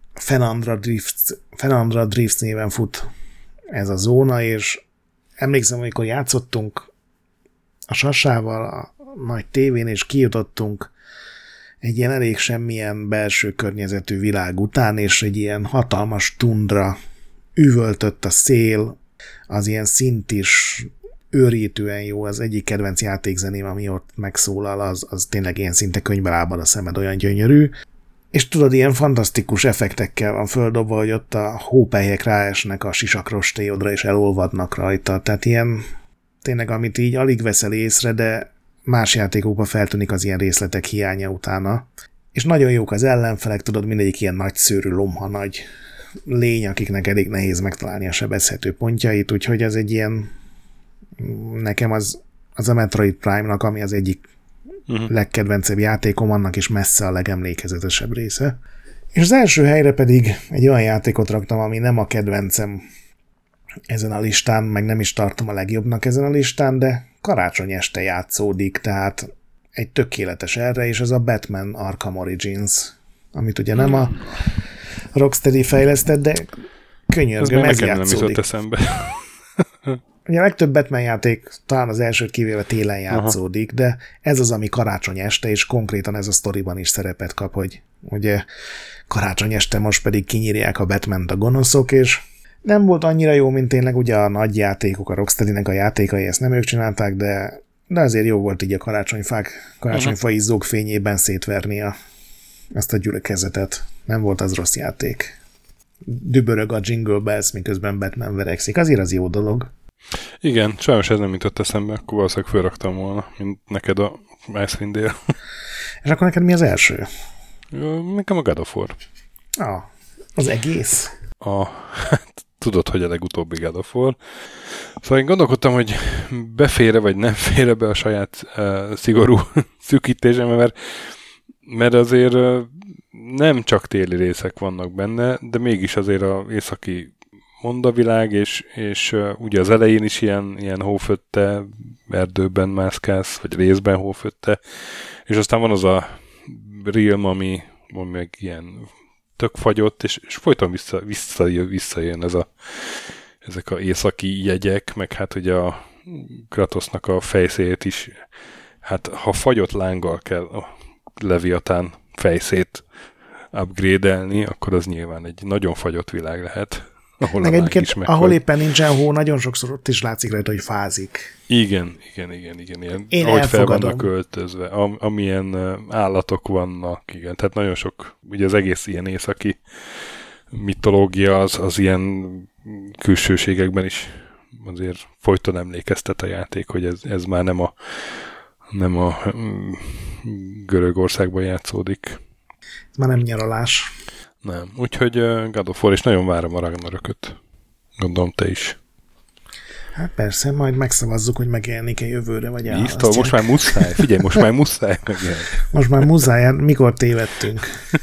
Phenandra Drifts néven fut ez a zóna, és emlékszem, amikor játszottunk a Sasával a nagy tévén, és kijutottunk egy ilyen elég semmilyen belső környezetű világ után, és egy ilyen hatalmas tundra, üvöltött a szél, az ilyen szint is őrítően jó, az egyik kedvenc játékzeném, ami ott megszólal, az tényleg ilyen szinte könyvbe lábad a szemed, olyan gyönyörű. És tudod, ilyen fantasztikus effektekkel van földobva, hogy ott a hópelyhek ráesnek a sisakrostélyodra, és elolvadnak rajta. Tehát ilyen, tényleg, amit így alig veszel észre, de más játékokban feltűnik az ilyen részletek hiánya utána. És nagyon jók az ellenfelek, tudod, mindegyik ilyen nagyszőrű, lomha nagy lény, akiknek elég nehéz megtalálni a sebezhető pontjait, úgyhogy ez egy ilyen, nekem az a Metroid Prime-nak, ami az egyik legkedvencebb játékom, annak is messze a legemlékezetesebb része. És az első helyre pedig egy olyan játékot raktam, ami nem a kedvencem ezen a listán, meg nem is tartom a legjobbnak ezen a listán, de karácsony este játszódik, tehát egy tökéletes erre, és ez a Batman Arkham Origins, amit ugye nem a Rocksteady fejlesztett, de könyörgöm, ez játszódik. Ugye a legtöbb Batman játék talán az elsőt kivéve télen játszódik, de ez az, ami karácsony este, és konkrétan ez a sztoriban is szerepet kap, hogy ugye karácsony este most pedig kinyírják a Batmant a gonoszok, és nem volt annyira jó, mint tényleg ugye a nagy játékok, a Rocksteadynek a játékai, ezt nem ők csinálták, de azért jó volt így a karácsonyfa izzók fényében szétverni ezt a gyülekezetet. Nem volt az rossz játék. Dübörög a Jingle Bells, miközben Batman verekszik. Azért az jó dolog. Igen, sajnos ez nem jutott eszembe, akkor valószínűleg felraktam volna, mint neked a Icewind Dale. És akkor neked mi az első? Nekem a God of War. Az egész? Tudod, hogy a legutóbbi God of War. Szóval én gondolkodtam, hogy befér-e vagy nem fér be a saját szigorú szűkítésem, mert azért nem csak téli részek vannak benne, de mégis azért az északi mondavilág, és ugye az elején is ilyen hófötte, erdőben mászkálsz, vagy részben hófötte, és aztán van az a realm, ami meg ilyen tök fagyott, és folyton visszajön ezek az északi jegyek, meg hát ugye a Kratosnak a fejszét is, hát ha fagyott lánggal kell a Leviatán fejszét upgrade-elni, akkor az nyilván egy nagyon fagyott világ lehet. Ahol éppen nincsen hó, nagyon sokszor ott is látszik rajta, hogy fázik. Igen. Én ahogy elfogadom. fel vannak költözve, amilyen állatok vannak, igen. Tehát nagyon sok, ugye az egész ilyen északi mitológia az ilyen külsőségekben is azért folyton emlékeztet a játék, hogy ez már nem a Görögországban játszódik. Ez már nem nyaralás. Nem. Úgyhogy God of War, és nagyon várom a Ragnarököt. Gondolom te is. Hát persze, majd megszavazzuk, hogy megjelenik-e jövőre, vagy elhalasztják. Most már muszáj. Figyelj, most már muszáj megjelenni. Most már muszáj, mikor tévedtünk.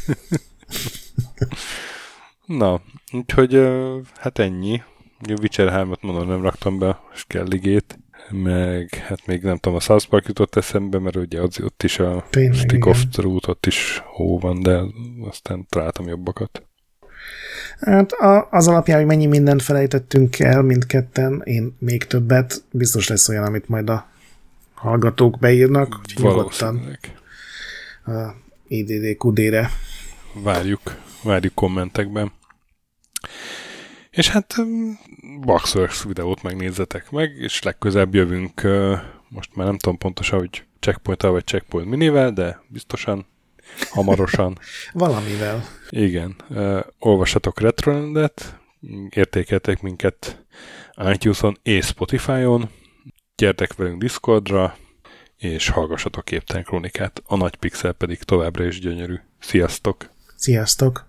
Na, úgyhogy hát ennyi. A Witcher 3-at mondom, nem raktam be a Skelligét, meg hát még nem tudom, a South Park jutott eszembe, mert ugye ott is a Stick of Truth, ott is hó van, de aztán találtam jobbakat. Hát az alapján, hogy mennyi mindent felejtettünk el mindketten, én még többet, biztos lesz olyan, amit majd a hallgatók beírnak, úgyhogy nyugodtan a IDDQD-re. Várjuk kommentekben. És hát Waxworks videót megnézzetek meg, és legközelebb jövünk, most már nem tudom pontosan, hogy Checkpoint-tal vagy Checkpoint Minivel, de biztosan hamarosan. Valamivel. Igen. Olvassatok Retrolandet, értékeltek minket iTunes-on és Spotify-on, gyertek velünk Discordra, és hallgassatok Képtelen Krónikát. A Nagy Pixel pedig továbbra is gyönyörű. Sziasztok! Sziasztok!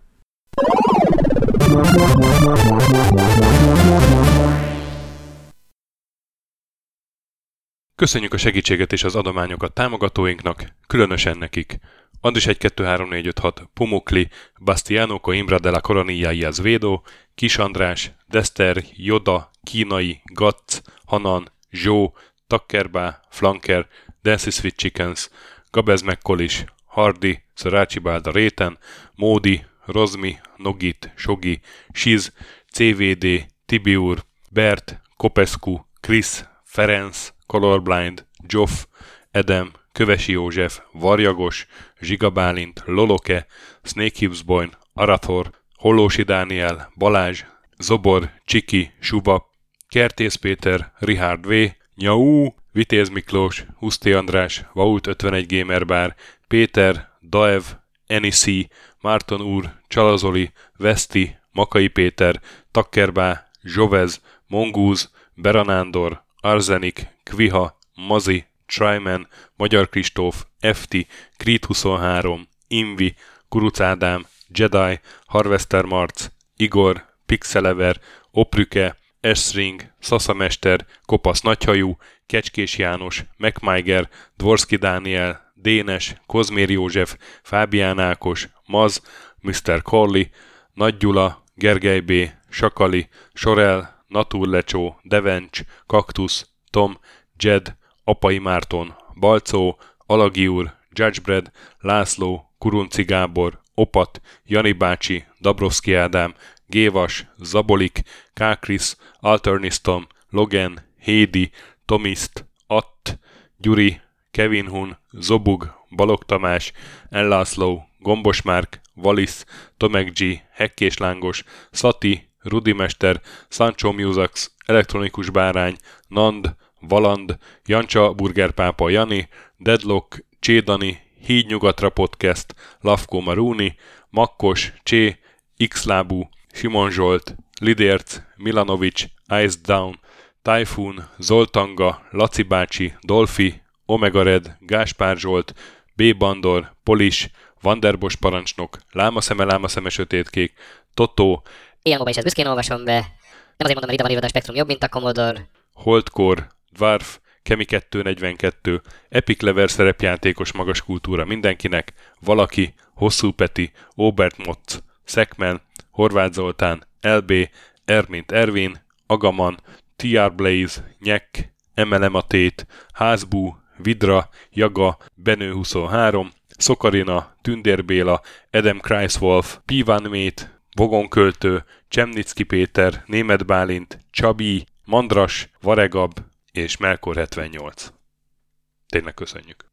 Köszönjük a segítséget és az adományokat támogatóinknak, különösen nekik. Andris 1, 2, 3, 4, 5, 6, Pumukli, Bastiano Coimbra de la Coronilla y Azvedo, Kis András, Dester, Joda, Kínai, Gatz, Hanan, Zsó, Takkerbá, Flanker, Dancy Sweet Chickens, Gabez Mekkolis, Hardy, Szarácsi Bálda Réten, Módi, Rozmi, Nogit, Sogi, Siz, CVD, Tibiur, Bert, Kopescu, Krisz, Ferenc, Colorblind, Joff, Edem, Kövesi József, Varjagos, Zsiga Bálint, Loloke, Snake Hips Boy, Arathor, Hollósi Dániel, Balázs, Zobor, Csiki, Suba, Kertész Péter, Richard V, Nyau, Vitéz Miklós, Huszti András, Vault 51 Gamer Bar, Péter, Daev, Enisi, Márton úr, Csalazoli, Veszti, Makai Péter, Takkerbá, Zsovez, Mongúz, Beranándor, Arzenik, Kviha, Mazi, Tryman, Magyar Kristóf, FT, Creed 23, Invi, Kuruc Ádám, Jedi, Harvester Marc, Igor, Pixelever, Oprüke, Esring, Szaszamester, Kopasz Nagyhajú, Kecskés János, MacMiger, Dvorski Dániel, Dénes, Kozmér József, Fábián Ákos, Maz, Mr. Corley, Nagy Gyula, Gergely B., Sakali, Sorel, Naturlecsó, Devencs, Kaktusz, Tom, Jed, Apai Márton, Balcó, Alagi úr, Judgebred, László, Kurunci Gábor, Opat, Jani bácsi, Dabrowski Ádám, Gévas, Zabolik, Kákris, Alternisztom, Logan, Hédi, Tomiszt, Att, Gyuri, Kevin Hun, Zobug, Balog Tamás, Ellászló, Gombos Márk, Valisz, Tomek G, Hekkés Lángos, Szati, Rudimester, Sancho Musax, Elektronikus Bárány, Nand, Valand, Jancsa Burgerpápa Jani, Deadlock, Csédani, Hídnyugatra Podcast, Lavko Maruni, Makkos, Csé, Xlábú, Simon Zsolt, Lidérc, Milanovic, Ice Down, Typhoon, Zoltanga, Laci bácsi, Dolfi, Omega Red, Gáspár Zsolt, B. Bandor, Polis, Vanderbos parancsnok, Lámaszeme sötétkék, Totó, ilyen móban is ezt büszkén olvasom be. Nem azért mondom, hogy ide van írva, a Spektrum jobb, mint a Commodore. Holdcore, Dwarf, Kemi 242, Epic Lever szerepjátékos magas kultúra mindenkinek, Valaki, Hosszú Peti, Óbert Motz, Szekmen, Horváth Zoltán, LB, Ermint Ervin, Agaman, TR Blaze, Nyek, MLM a Tét, Házbú, Vidra, Jaga, Benő 23, Szokarina, Tündér Béla, Adam Kreiswolf, Pivan Mét, Vogonköltő, Csemnicki Péter, Németh Bálint, Csabi, Mandras, Varegab és Melkor 78. Tényleg köszönjük!